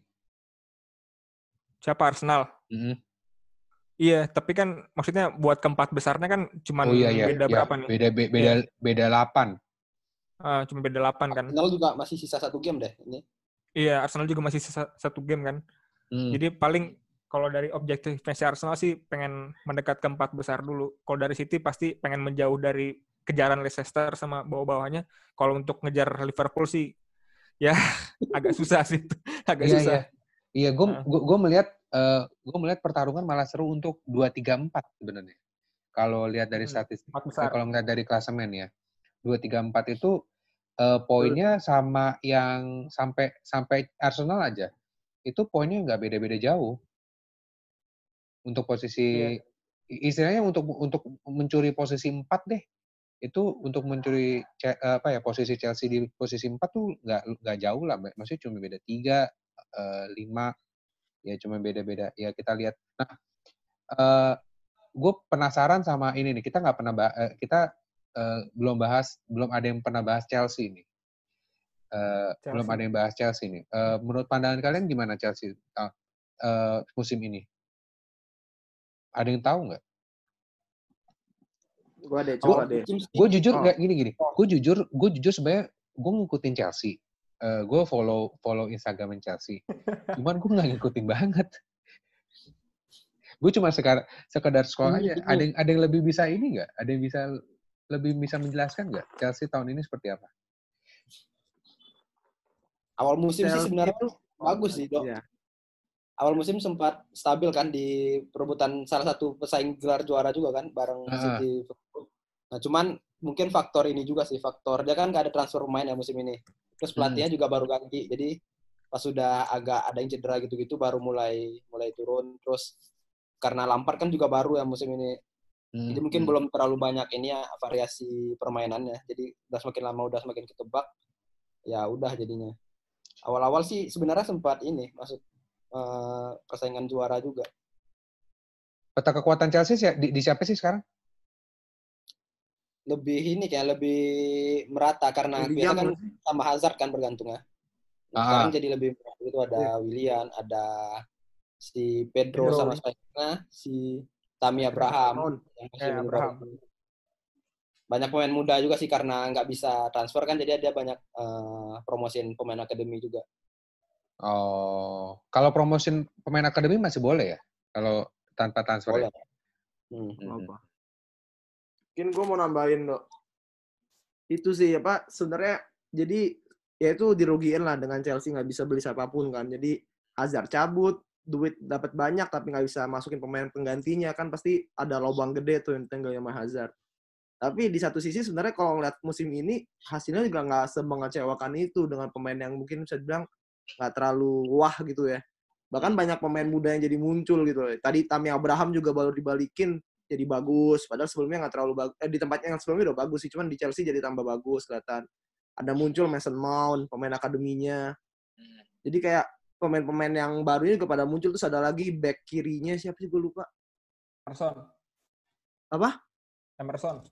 Siapa Arsenal? Iya, tapi kan maksudnya buat keempat besarnya kan cuma beda berapa nih? Beda 8. Cuma beda 8 kan. Arsenal juga masih sisa 1 game deh ini. Iya, Arsenal juga masih sisa 1 game kan. Jadi paling kalau dari objektif fans Arsenal sih pengen mendekat ke 4 besar dulu. Kalau dari City pasti pengen menjauh dari kejaran Leicester sama bawah-bawahnya. Kalau untuk ngejar Liverpool sih ya agak susah sih. Susah. Iya, gue melihat pertarungan malah seru untuk 2-3-4 sebenarnya. Kalau lihat dari statistik, kalau melihat dari klasemen ya. 2-3-4 itu poinnya sama yang sampai Arsenal aja. Itu poinnya nggak beda-beda jauh. Untuk posisi istilahnya untuk mencuri posisi 4 deh. Itu untuk mencuri posisi Chelsea di posisi 4 tuh nggak jauh lah. Maksudnya cuma beda 3, 5, ya cuma beda-beda. Ya kita lihat. Nah, gue penasaran sama ini nih. Kita nggak pernah belum ada yang pernah bahas Chelsea nih. Belum ada yang bahas Chelsea nih. Menurut pandangan kalian gimana Chelsea musim ini? Ada yang tahu nggak? Gue jujur nggak gini. Gue jujur sebenarnya gue ngikutin Chelsea. Gue follow Instagram Chelsea. Cuman gue nggak ngikutin banget. Gue cuma sekedar scroll aja. Ada yang lebih bisa ini nggak? Ada yang lebih bisa menjelaskan nggak Chelsea tahun ini seperti apa? Awal musim sih sebenarnya bagus sih, Dok. Ya. Awal musim sempat stabil kan di perebutan salah satu pesaing gelar juara juga kan bareng City. Nah, cuman mungkin faktor ini juga sih, faktor dia kan nggak ada transfer pemain ya musim ini. Terus pelatihnya juga baru ganti. Jadi pas sudah agak ada yang cedera gitu-gitu baru mulai turun. Terus karena Lampard kan juga baru ya musim ini. Jadi mungkin belum terlalu banyak ini ya variasi permainannya. Jadi udah semakin lama udah semakin ketebak. Ya udah jadinya. Awal-awal sih sebenarnya sempat ini masuk persaingan juara juga. Peta kekuatan Chelsea di siapa sih sekarang? Lebih ini kayak lebih merata karena biasa kan sama Hazard kan bergantungnya. Sekarang jadi lebih itu ada Willian, ada si Pedro sama Spike-nya, si Tammy Abraham yang musim ini baru. Banyak pemain muda juga sih karena nggak bisa transfer kan, jadi ada banyak promosiin pemain akademi juga. Oh, kalau promosin pemain akademi masih boleh ya? Kalau tanpa transfer Boleh. ya? Apa? Mungkin gue mau nambahin, Dok. Itu sih, sebenarnya jadi ya itu dirugiin lah dengan Chelsea nggak bisa beli siapapun kan. Jadi Hazard cabut, duit dapat banyak tapi nggak bisa masukin pemain penggantinya kan, pasti ada lubang gede tuh yang tinggal sama Hazard. Tapi di satu sisi sebenarnya kalau ngeliat musim ini hasilnya juga nggak semengecewakan itu dengan pemain yang mungkin bisa dibilang nggak terlalu wah gitu ya. Bahkan banyak pemain muda yang jadi muncul gitu. Tadi Tammy Abraham juga baru dibalikin jadi bagus. Padahal sebelumnya nggak terlalu bagus. Di tempatnya yang sebelumnya udah bagus sih. Cuman di Chelsea jadi tambah bagus kelihatan. Ada muncul Mason Mount, pemain akademinya. Jadi kayak pemain-pemain yang barunya juga pada muncul. Terus ada lagi back kirinya siapa sih gue lupa. Emerson. Apa? Emerson.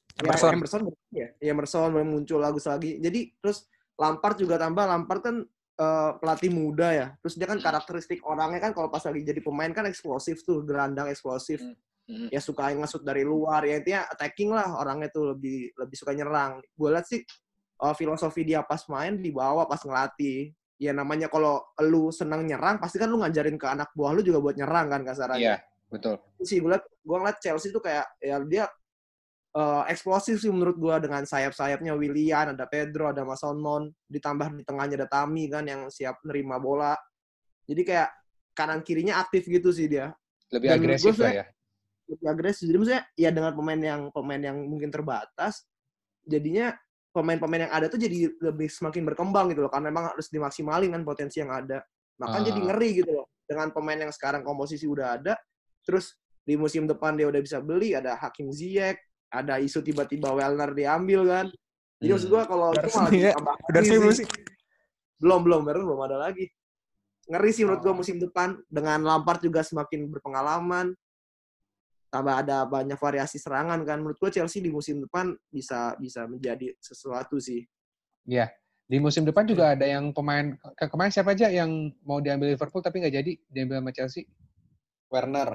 Emerson baru muncul bagus lagi. Jadi terus Lampard juga tambah. Lampard kan pelatih muda ya. Terus dia kan karakteristik orangnya kan kalau pas lagi jadi pemain kan eksplosif tuh, gelandang eksplosif. Ya suka ngesut dari luar. Ya intinya attacking lah orangnya tuh lebih suka nyerang. Gue liat sih filosofi dia pas main dibawa pas ngelatih. Ya namanya kalau lu senang nyerang pasti kan lu ngajarin ke anak buah lu juga buat nyerang kan kasarannya. Iya, betul. Sih gue ngeliat Chelsea tuh kayak ya dia eksplosif sih menurut gue dengan sayap-sayapnya Willian, ada Pedro, ada Mason Mount, ditambah di tengahnya ada Tammy kan yang siap nerima bola. Jadi kayak kanan kirinya aktif gitu sih dia. Lebih agresif lah ya. Lebih agresif. Jadi maksudnya ya dengan pemain yang mungkin terbatas, jadinya pemain-pemain yang ada tuh jadi lebih semakin berkembang gitu loh. Karena memang harus dimaksimalin kan potensi yang ada. Bahkan jadi ngeri gitu loh. Dengan pemain yang sekarang komposisi udah ada, terus di musim depan dia udah bisa beli, ada Hakim Ziyech, ada isu tiba-tiba Werner diambil kan. Jadi maksud gue kalau itu malah ditambah ngeri sih. Belum, Werner belum ada lagi. Ngeri sih menurut gue musim depan. Dengan Lampard juga semakin berpengalaman. Tambah ada banyak variasi serangan kan. Menurut gue Chelsea di musim depan bisa menjadi sesuatu sih. Iya. Di musim depan juga ada yang pemain, kemarin siapa aja yang mau diambil Liverpool tapi nggak jadi diambil sama Chelsea? Werner.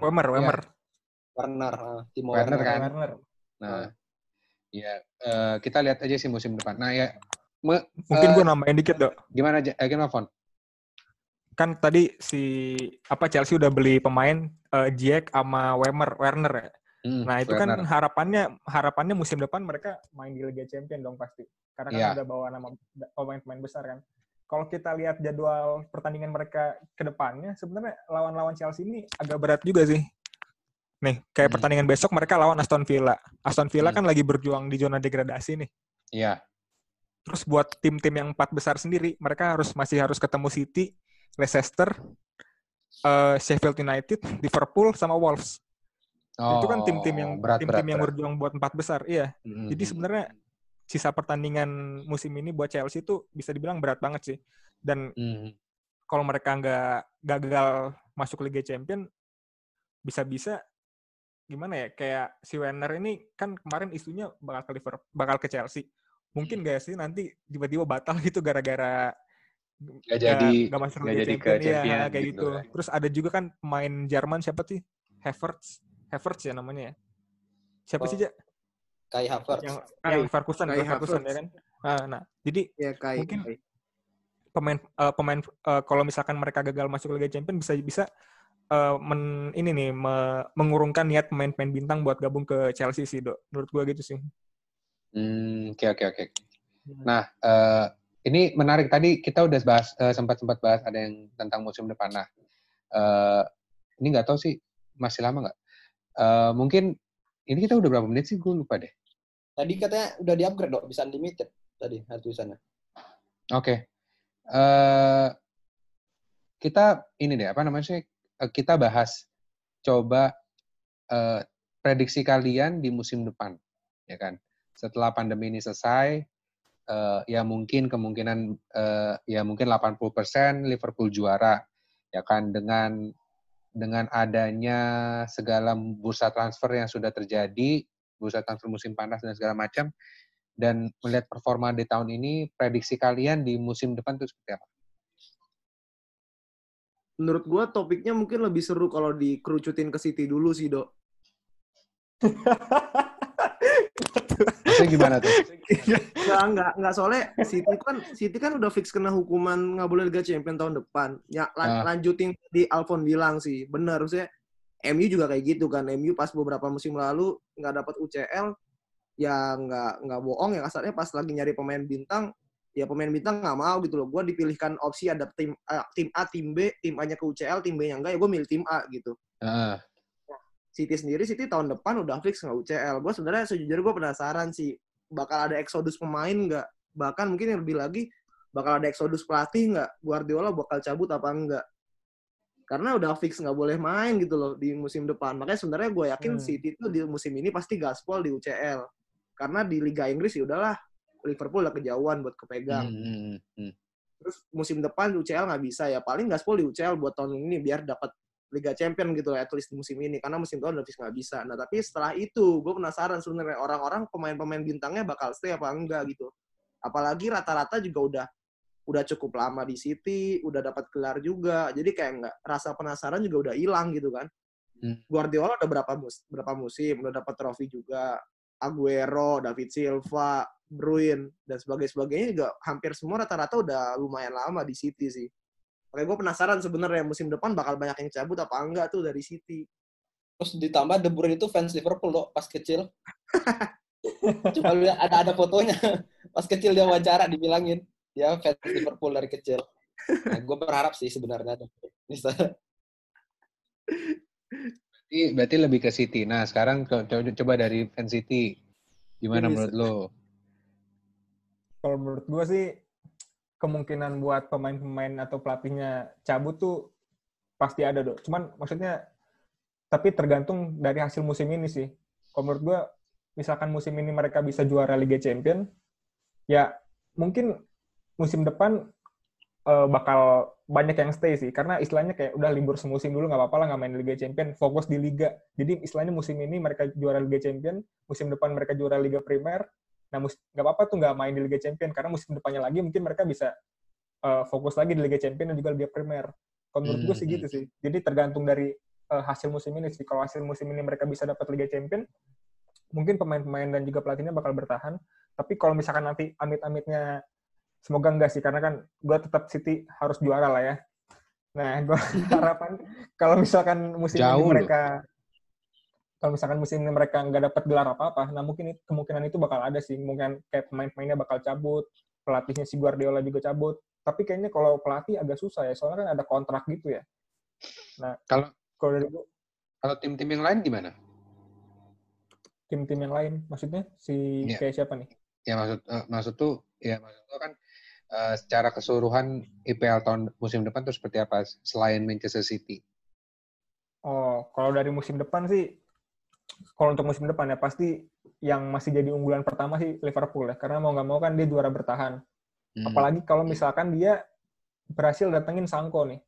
Timo Werner kan? Nah, ya kita lihat aja sih musim depan. Nah ya, mungkin gue nambahin dikit dok. Gimana Fon? Kan tadi Chelsea udah beli pemain Ziyech sama Werner ya. Nah itu Werner. Kan harapannya musim depan mereka main di Liga Champions dong pasti. Karena kan udah bawa nama pemain-pemain besar kan. Kalau kita lihat jadwal pertandingan mereka ke depannya, sebenarnya lawan-lawan Chelsea ini agak berat juga sih. Nih, kayak pertandingan besok mereka lawan Aston Villa. Aston Villa kan lagi berjuang di zona degradasi nih. Iya. Terus buat tim-tim yang 4 besar sendiri, mereka masih harus ketemu City, Leicester, Sheffield United, Liverpool, sama Wolves. Itu kan tim-tim yang berjuang buat 4 besar. Iya. Jadi sebenarnya sisa pertandingan musim ini buat Chelsea itu bisa dibilang berat banget sih. Dan kalau mereka nggak gagal masuk Liga Champions, bisa-bisa gimana ya, kayak si Werner ini kan kemarin isunya bakal ke Chelsea. Mungkin gak sih nanti tiba-tiba batal gitu gara-gara gak masuk Liga Champions ya, kayak gitu. Terus ada juga kan pemain Jerman siapa sih? Havertz ya namanya ya. Siapa sih, Jak? Kai Havertz. Yang Ferguson ya kan. Nah, jadi mungkin pemain kalau misalkan mereka gagal masuk Liga Champions bisa mengurungkan niat pemain-pemain bintang buat gabung ke Chelsea sih, Dok. Menurut gue gitu sih. Oke. Nah, ini menarik. Tadi kita udah bahas, sempat bahas ada yang tentang musim depan. Nah, ini nggak tahu sih masih lama nggak? Mungkin ini kita udah berapa menit sih? Gue lupa deh. Tadi katanya udah di-upgrade, Dok. Bisa unlimited tadi tulisannya. Oke. Kita ini deh, kita bahas coba prediksi kalian di musim depan, ya kan? Setelah pandemi ini selesai, ya mungkin kemungkinan ya mungkin 80% Liverpool juara, ya kan, dengan adanya segala bursa transfer yang sudah terjadi, bursa transfer musim panas dan segala macam, dan melihat performa di tahun ini, prediksi kalian di musim depan itu seperti apa? menurut gue topiknya mungkin lebih seru kalau dikerucutin ke City dulu sih, Dok. Maksudnya gimana tuh? Enggak, soalnya City kan udah fix kena hukuman nggak boleh Liga Champions tahun depan. Ya lanjutin di Alfon bilang sih, benar. Maksudnya MU juga kayak gitu kan. MU pas beberapa musim lalu nggak dapat UCL, ya nggak bohong ya kasarnya pas lagi nyari pemain bintang, ya pemain bintang nggak mau gitu loh. Gue dipilihkan opsi ada tim A, tim B, tim A-nya ke UCL, tim B-nya enggak, ya gue milih tim A gitu. City tahun depan udah fix nggak UCL. Gue sebenarnya sejujurnya gue penasaran sih bakal ada eksodus pemain nggak? Bahkan mungkin yang lebih lagi bakal ada eksodus pelatih nggak? Guardiola bakal cabut apa enggak? Karena udah fix nggak boleh main gitu loh di musim depan. Makanya sebenarnya gue yakin City itu di musim ini pasti gaspol di UCL. Karena di Liga Inggris ya udahlah Liverpool udah kejauhan buat kepegang. Terus musim depan UCL nggak bisa ya. Paling gaspol di UCL buat tahun ini biar dapat Liga Champion gitu lah, at least di musim ini. Karena musim depan udah fix nggak bisa. Nah, tapi setelah itu, gue penasaran sebenarnya orang-orang pemain-pemain bintangnya bakal stay apa enggak gitu. Apalagi rata-rata juga udah cukup lama di City, udah dapat gelar juga. Jadi kayak nggak, rasa penasaran juga udah hilang gitu kan. Guardiola udah berapa musim, udah dapat trofi juga. Aguero, David Silva, Bruin, dan sebagainya juga hampir semua rata-rata udah lumayan lama di City sih. Makanya gue penasaran sebenarnya musim depan bakal banyak yang cabut apa enggak tuh dari City. Terus ditambah De Bruyne itu fans Liverpool loh pas kecil. Coba lihat ada fotonya. Pas kecil dia wawancara dibilangin dia fans Liverpool dari kecil. Nah, gue berharap sih sebenarnya bisa. Berarti lebih ke City. Nah, sekarang coba dari fans City. Gimana menurut lo? Kalau menurut gue sih kemungkinan buat pemain-pemain atau pelatihnya cabut tuh pasti ada, Dok. Cuman maksudnya tapi tergantung dari hasil musim ini sih. Kalau menurut gue, misalkan musim ini mereka bisa juara Liga Champions, ya mungkin musim depan bakal banyak yang stay sih. Karena istilahnya kayak udah libur semusim dulu, nggak apa-apa lah nggak main Liga Champions, fokus di Liga. Jadi istilahnya musim ini mereka juara Liga Champions, musim depan mereka juara Liga Primer. Nah, nggak apa-apa tuh nggak main di Liga Champions, karena musim depannya lagi mungkin mereka bisa fokus lagi di Liga Champions dan juga Liga Primer. Kalau menurut gue sih gitu sih. Jadi tergantung dari hasil musim ini sih. Kalau hasil musim ini mereka bisa dapat Liga Champions, mungkin pemain-pemain dan juga pelatihnya bakal bertahan. Tapi kalau misalkan nanti amit-amitnya, semoga enggak sih, karena kan gue tetap City harus juara lah ya. Nah, gue harapan kalau misalkan musim ini mereka kalau misalkan musim ini mereka nggak dapat gelar apa-apa, nah mungkin kemungkinan itu bakal ada sih. Mungkin kayak pemain-pemainnya bakal cabut, pelatihnya si Guardiola juga cabut. Tapi kayaknya kalau pelatih agak susah ya, soalnya kan ada kontrak gitu ya. Nah, kalau dari gue, kalau tim-tim yang lain gimana? Tim-tim yang lain, maksudnya kayak siapa nih? Ya maksud tuh kan secara keseluruhan IPL tahun musim depan tuh seperti apa selain Manchester City? Oh, kalau dari musim depan sih, kalau untuk musim depan ya pasti yang masih jadi unggulan pertama sih Liverpool ya, karena mau nggak mau kan dia juara bertahan. Apalagi kalau misalkan dia berhasil datengin Sancho nih,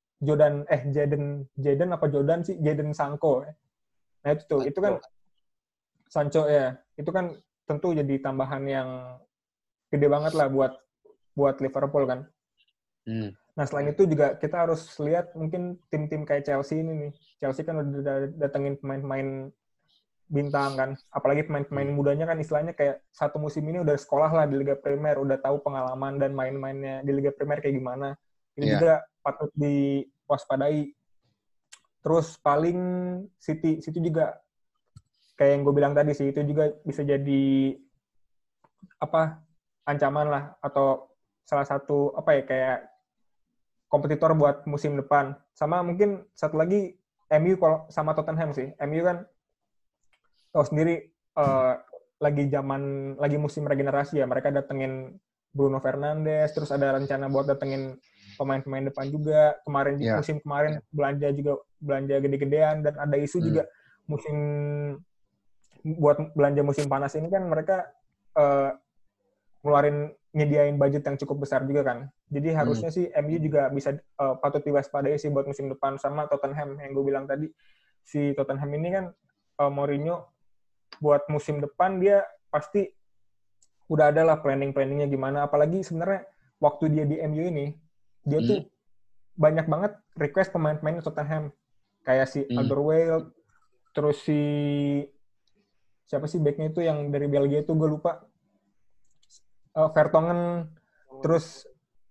Jadon Sancho. Nah itu kan Sancho ya, itu kan tentu jadi tambahan yang gede banget lah buat Liverpool kan. Nah selain itu juga kita harus lihat mungkin tim-tim kayak Chelsea ini nih. Chelsea kan udah datengin pemain-pemain bintang kan, apalagi pemain-pemain mudanya kan istilahnya kayak satu musim ini udah sekolah lah di Liga Primer, udah tahu pengalaman dan main-mainnya di Liga Primer kayak gimana. Ini juga patut diwaspadai. Terus paling City juga kayak yang gue bilang tadi sih, itu juga bisa jadi ancaman lah atau salah satu kayak kompetitor buat musim depan. Sama mungkin satu lagi MU sama Tottenham sih. MU kan sendiri lagi musim regenerasi ya. Mereka datengin Bruno Fernandes, terus ada rencana buat datengin pemain-pemain depan juga. Musim kemarin belanja gede-gedean, dan ada isu juga buat belanja musim panas ini kan mereka nyediain budget yang cukup besar juga kan. Jadi harusnya sih MU juga bisa patut diwaspadai sih buat musim depan. Sama Tottenham yang gue bilang tadi. Si Tottenham ini kan Mourinho buat musim depan dia pasti udah ada lah planning-planningnya gimana. Apalagi sebenarnya waktu dia di MU ini, dia tuh banyak banget request pemain-pemain Tottenham. Kayak si Alderweireld, terus siapa sih backnya itu yang dari Belgia itu gue lupa. Vertonghen, terus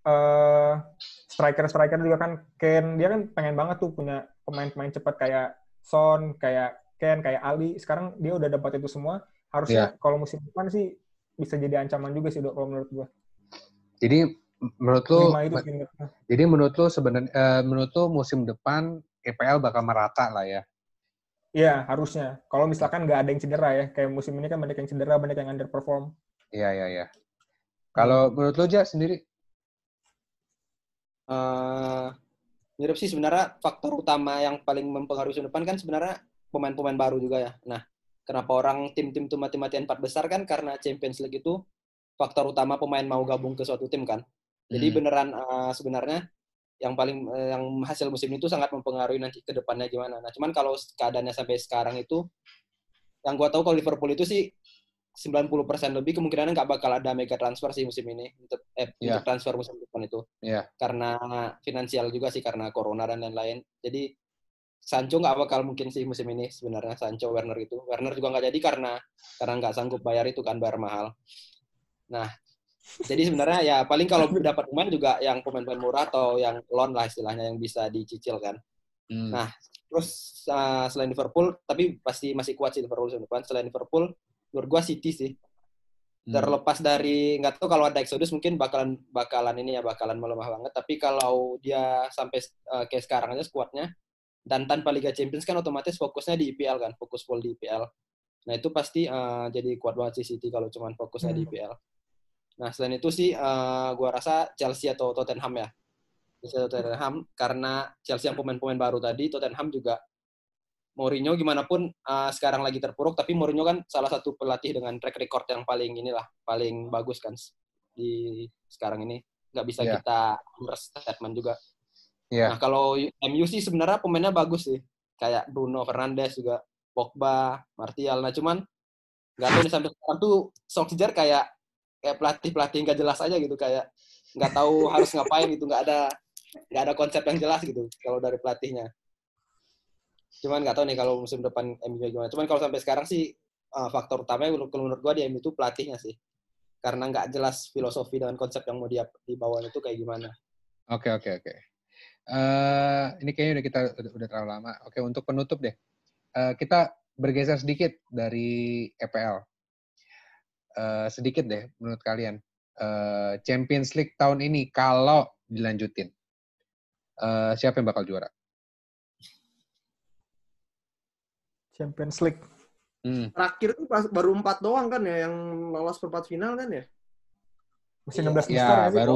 striker juga kan Kane. Dia kan pengen banget tuh punya pemain-pemain cepat kayak Son, kayak Kane, kayak Ali. Sekarang dia udah dapat itu semua. Harusnya kalau musim depan sih bisa jadi ancaman juga sih, Dok, kalau menurut gue. Jadi menurut lu, menurut lu musim depan EPL bakal merata lah ya? Iya, harusnya. Kalau misalkan nggak ada yang cedera ya, kayak musim ini kan banyak yang cedera, banyak yang underperform. Iya. Kalau menurut lu Ja sendiri? Mirip sih sebenarnya faktor utama yang paling mempengaruhi musim depan kan sebenarnya pemain-pemain baru juga ya. Nah, kenapa orang tim-tim itu mati-matian 4 besar kan karena Champions League itu faktor utama pemain mau gabung ke suatu tim kan. Jadi beneran sebenarnya yang hasil musim itu sangat mempengaruhi nanti ke depannya gimana. Nah, cuman kalau keadaannya sampai sekarang itu yang gua tahu kalau Liverpool itu sih 90% lebih kemungkinan nggak bakal ada mega transfer sih musim ini untuk transfer musim depan itu. Karena finansial juga sih karena corona dan lain-lain. Jadi Sancho nggak bakal mungkin sih musim ini sebenarnya Sancho Werner itu. Werner juga nggak jadi karena nggak sanggup bayar itu kan bayar mahal. Nah, jadi sebenarnya ya paling kalau dapat pemain juga yang pemain-pemain murah atau yang loan lah istilahnya yang bisa dicicil kan. Nah, terus selain Liverpool, tapi pasti masih kuat sih Liverpool musim depan. Selain Liverpool, menurut gua City sih. Terlepas dari nggak tahu kalau ada Exodus mungkin bakalan melemah banget. Tapi kalau dia sampai kayak sekarang aja skuadnya dan tanpa Liga Champions kan otomatis fokusnya di IPL kan, fokus full di IPL. Nah itu pasti jadi kuat banget sih City kalau cuma fokusnya di IPL. Nah selain itu sih gue rasa Chelsea atau Tottenham ya. Chelsea atau Tottenham karena Chelsea yang pemain-pemain baru tadi, Tottenham juga Mourinho gimana pun sekarang lagi terpuruk, tapi Mourinho kan salah satu pelatih dengan track record yang paling bagus kan di sekarang ini. Nggak bisa kita understatement juga. Nah kalau MU sih sebenarnya pemainnya bagus sih, kayak Bruno Fernandes juga, Pogba, Martial. Nah cuman nggak tahu nih sampai sekarang tuh Solskjaer kayak pelatih nggak jelas aja gitu, kayak nggak tahu harus ngapain gitu, nggak ada konsep yang jelas gitu kalau dari pelatihnya. Cuman nggak tahu nih kalau musim depan MU gimana. Cuman kalau sampai sekarang sih faktor utamanya kalau menurut gue di MU itu pelatihnya sih, karena nggak jelas filosofi dan konsep yang mau dibawa itu kayak gimana. Oke. Ini kayaknya udah terlalu lama. Oke, untuk penutup deh. Kita bergeser sedikit dari EPL. Sedikit deh menurut kalian. Champions League tahun ini kalau dilanjutin, siapa yang bakal juara? Champions League. Terakhir tuh baru 4 doang kan ya yang lolos perempat final kan ya? Masih 16 besar nggak sih?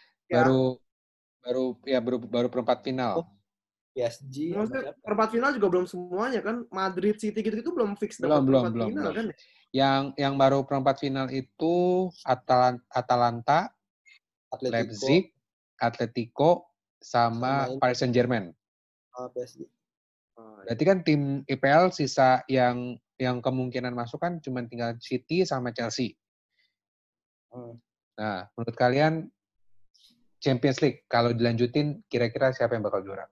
Baru perempat final. PSG. Maksudnya perempat final juga belum semuanya kan. Madrid, City gitu-gitu belum fix dapat perempat final kan ya? Yang baru perempat final itu Atalanta, Leipzig, Atletico, sama Paris Saint-Germain. PSG. Berarti kan tim IPL sisa yang kemungkinan masuk kan cuma tinggal City sama Chelsea. Nah, menurut kalian Champions League kalau dilanjutin kira-kira siapa yang bakal juara?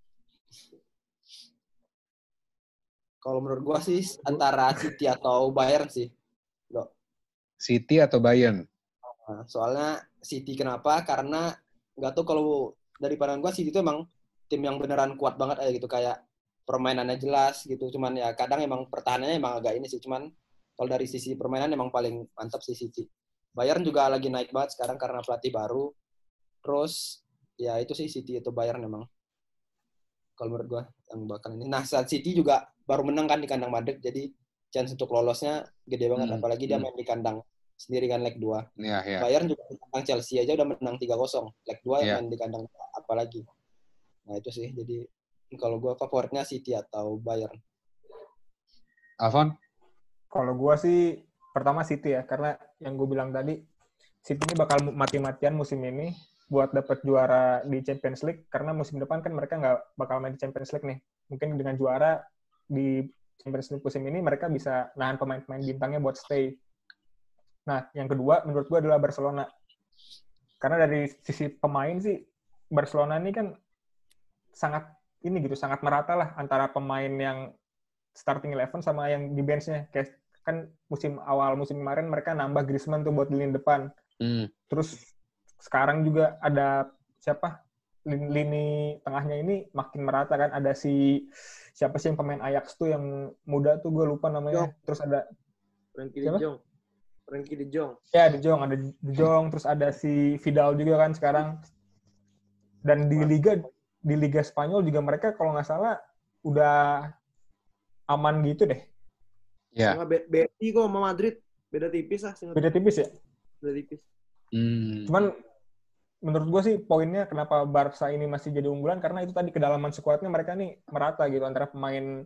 Kalau menurut gua sih antara City atau Bayern sih. City atau Bayern? Nah, soalnya City kenapa? Karena nggak tahu kalau dari pandangan gua City itu emang tim yang beneran kuat banget aja gitu, kayak permainannya jelas gitu. Cuman ya kadang emang pertahanannya emang agak ini sih. Cuman kalau dari sisi permainan emang paling mantap sih City. Bayern juga lagi naik banget sekarang karena pelatih baru. Terus ya itu sih City atau Bayern emang. Kalau menurut gue yang bakal ini. Nah, saat City juga baru menang kan di kandang Madrid, jadi chance untuk lolosnya gede banget. Apalagi dia main di kandang sendiri kan leg 2. Bayern juga di kandang Chelsea aja udah menang 3-0. Leg 2 yang main di kandang apalagi. Nah, itu sih. Jadi kalau gue favoritnya City atau Bayern. Alfon? Kalau gue sih pertama City ya, karena yang gue bilang tadi, City ini bakal mati-matian musim ini buat dapat juara di Champions League, karena musim depan kan mereka nggak bakal main di Champions League nih. Mungkin dengan juara di Champions League musim ini mereka bisa nahan pemain-pemain bintangnya buat stay. Nah, yang kedua menurut gue adalah Barcelona. Karena dari sisi pemain sih, Barcelona ini kan sangat ini gitu, sangat merata lah antara pemain yang starting 11 sama yang di bench-nya. Kayak kan awal musim kemarin mereka nambah Griezmann tuh buat di lini depan. Terus sekarang juga ada siapa? Lini tengahnya ini makin merata kan. Ada siapa sih yang pemain Ajax tuh yang muda tuh, gue lupa namanya. Terus ada Frenkie de Jong. Ya, De Jong, ada De Jong, terus ada si Vidal juga kan sekarang. Dan di Liga Spanyol juga mereka kalau nggak salah udah aman gitu deh. Ya. Beda kok sama Madrid, beda tipis lah. Beda tipis ya? Beda tipis. Cuman menurut gue sih poinnya kenapa Barca ini masih jadi unggulan karena itu tadi kedalaman skuadnya mereka nih merata gitu antara pemain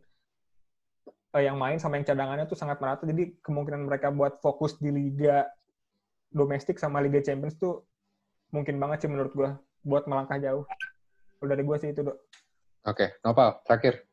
yang main sama yang cadangannya tuh sangat merata. Jadi kemungkinan mereka buat fokus di Liga domestik sama Liga Champions tuh mungkin banget sih menurut gue buat melangkah jauh. Kalau dari gue sih itu, Dok. Oke, Nopal, terakhir.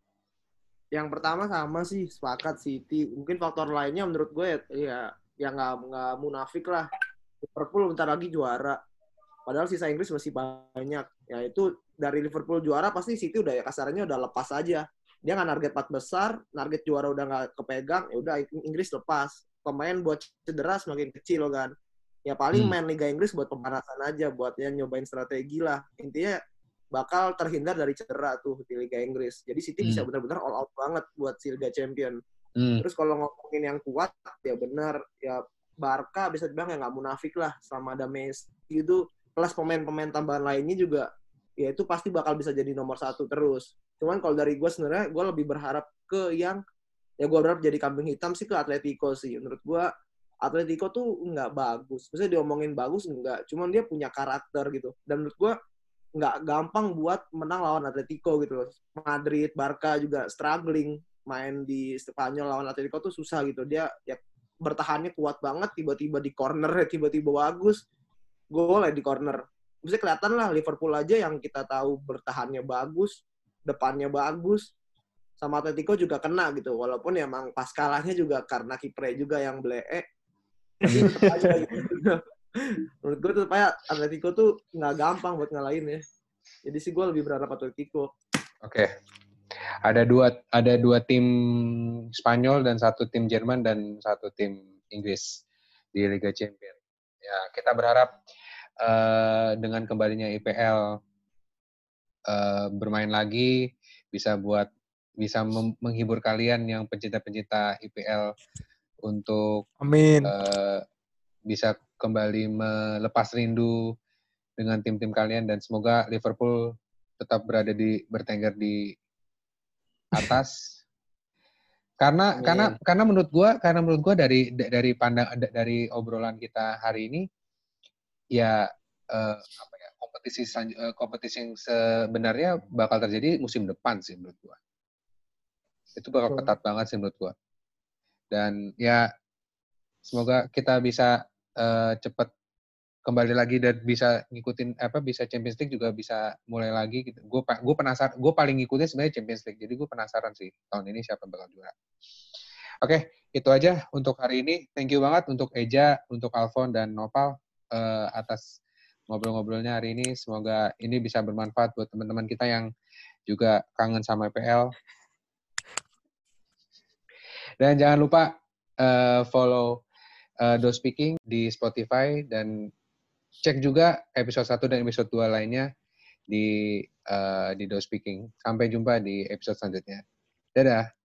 Yang pertama sama sih, sepakat City. Mungkin faktor lainnya menurut gue ya nggak munafik lah. Liverpool bentar lagi juara. Padahal sisa Inggris masih banyak. Ya itu dari Liverpool juara pasti City udah ya kasarnya udah lepas aja. Dia nggak target 4 besar, target juara udah nggak kepegang, ya udah Inggris lepas. Pemain buat cedera semakin kecil loh kan. Ya paling main Liga Inggris buat pemanasan aja, buat ya nyobain strategi lah. Intinya bakal terhindar dari cedera tuh di Liga Inggris. Jadi City bisa benar-benar all out banget buat si Liga Champion. Terus kalau ngomongin yang kuat, ya benar. Ya Barca bisa dibilang ya nggak munafik lah. Selama ada Messi itu, plus pemain-pemain tambahan lainnya juga, ya itu pasti bakal bisa jadi nomor 1 terus. Cuman kalau dari gue sebenarnya, gue lebih berharap ke yang, ya gue berharap jadi kambing hitam sih ke Atletico sih. Menurut gue, Atletico tuh nggak bagus. Maksudnya diomongin bagus, enggak. Cuman dia punya karakter gitu. Dan menurut gue, nggak gampang buat menang lawan Atletico gitu loh. Madrid, Barca juga struggling main di Spanyol lawan Atletico tuh susah gitu. Dia ya bertahannya kuat banget, tiba-tiba di corner, tiba-tiba bagus. Gol di corner. Maksudnya kelihatan lah Liverpool aja yang kita tahu bertahannya bagus, depannya bagus, sama Atletico juga kena gitu. Walaupun ya emang pas kalahnya juga karena kipernya juga yang blee. Tapi tetap aja gitu. Menurut gue tetap aja Atletico tuh nggak gampang buat ngalahin ya. Jadi sih gue lebih berharap Atletico. Oke. Ada dua tim Spanyol dan 1 tim Jerman dan 1 tim Inggris di Liga Champions. Ya, kita berharap dengan kembalinya IPL bermain lagi bisa menghibur kalian yang pencinta-pencinta IPL untuk Amin. Bisa kembali melepas rindu dengan tim-tim kalian dan semoga Liverpool tetap bertengger di atas. Karena menurut gua dari obrolan kita hari ini ya kompetisi yang sebenarnya bakal terjadi musim depan sih menurut gua. Itu bakal ketat banget sih menurut gua. Dan ya semoga kita bisa cepat kembali lagi dan bisa ngikutin bisa Champions League juga bisa mulai lagi gitu. Gue penasaran, gue paling ngikutin sebenarnya Champions League. Jadi gue penasaran sih tahun ini siapa yang bakal juara. Oke, itu aja untuk hari ini. Thank you banget untuk Eja, untuk Alfon dan Nopal atas ngobrol-ngobrolnya hari ini. Semoga ini bisa bermanfaat buat teman-teman kita yang juga kangen sama IPL. Dan jangan lupa follow Do Speaking di Spotify dan cek juga episode 1 dan episode 2 lainnya di Do Speaking. Sampai jumpa di episode selanjutnya. Dadah.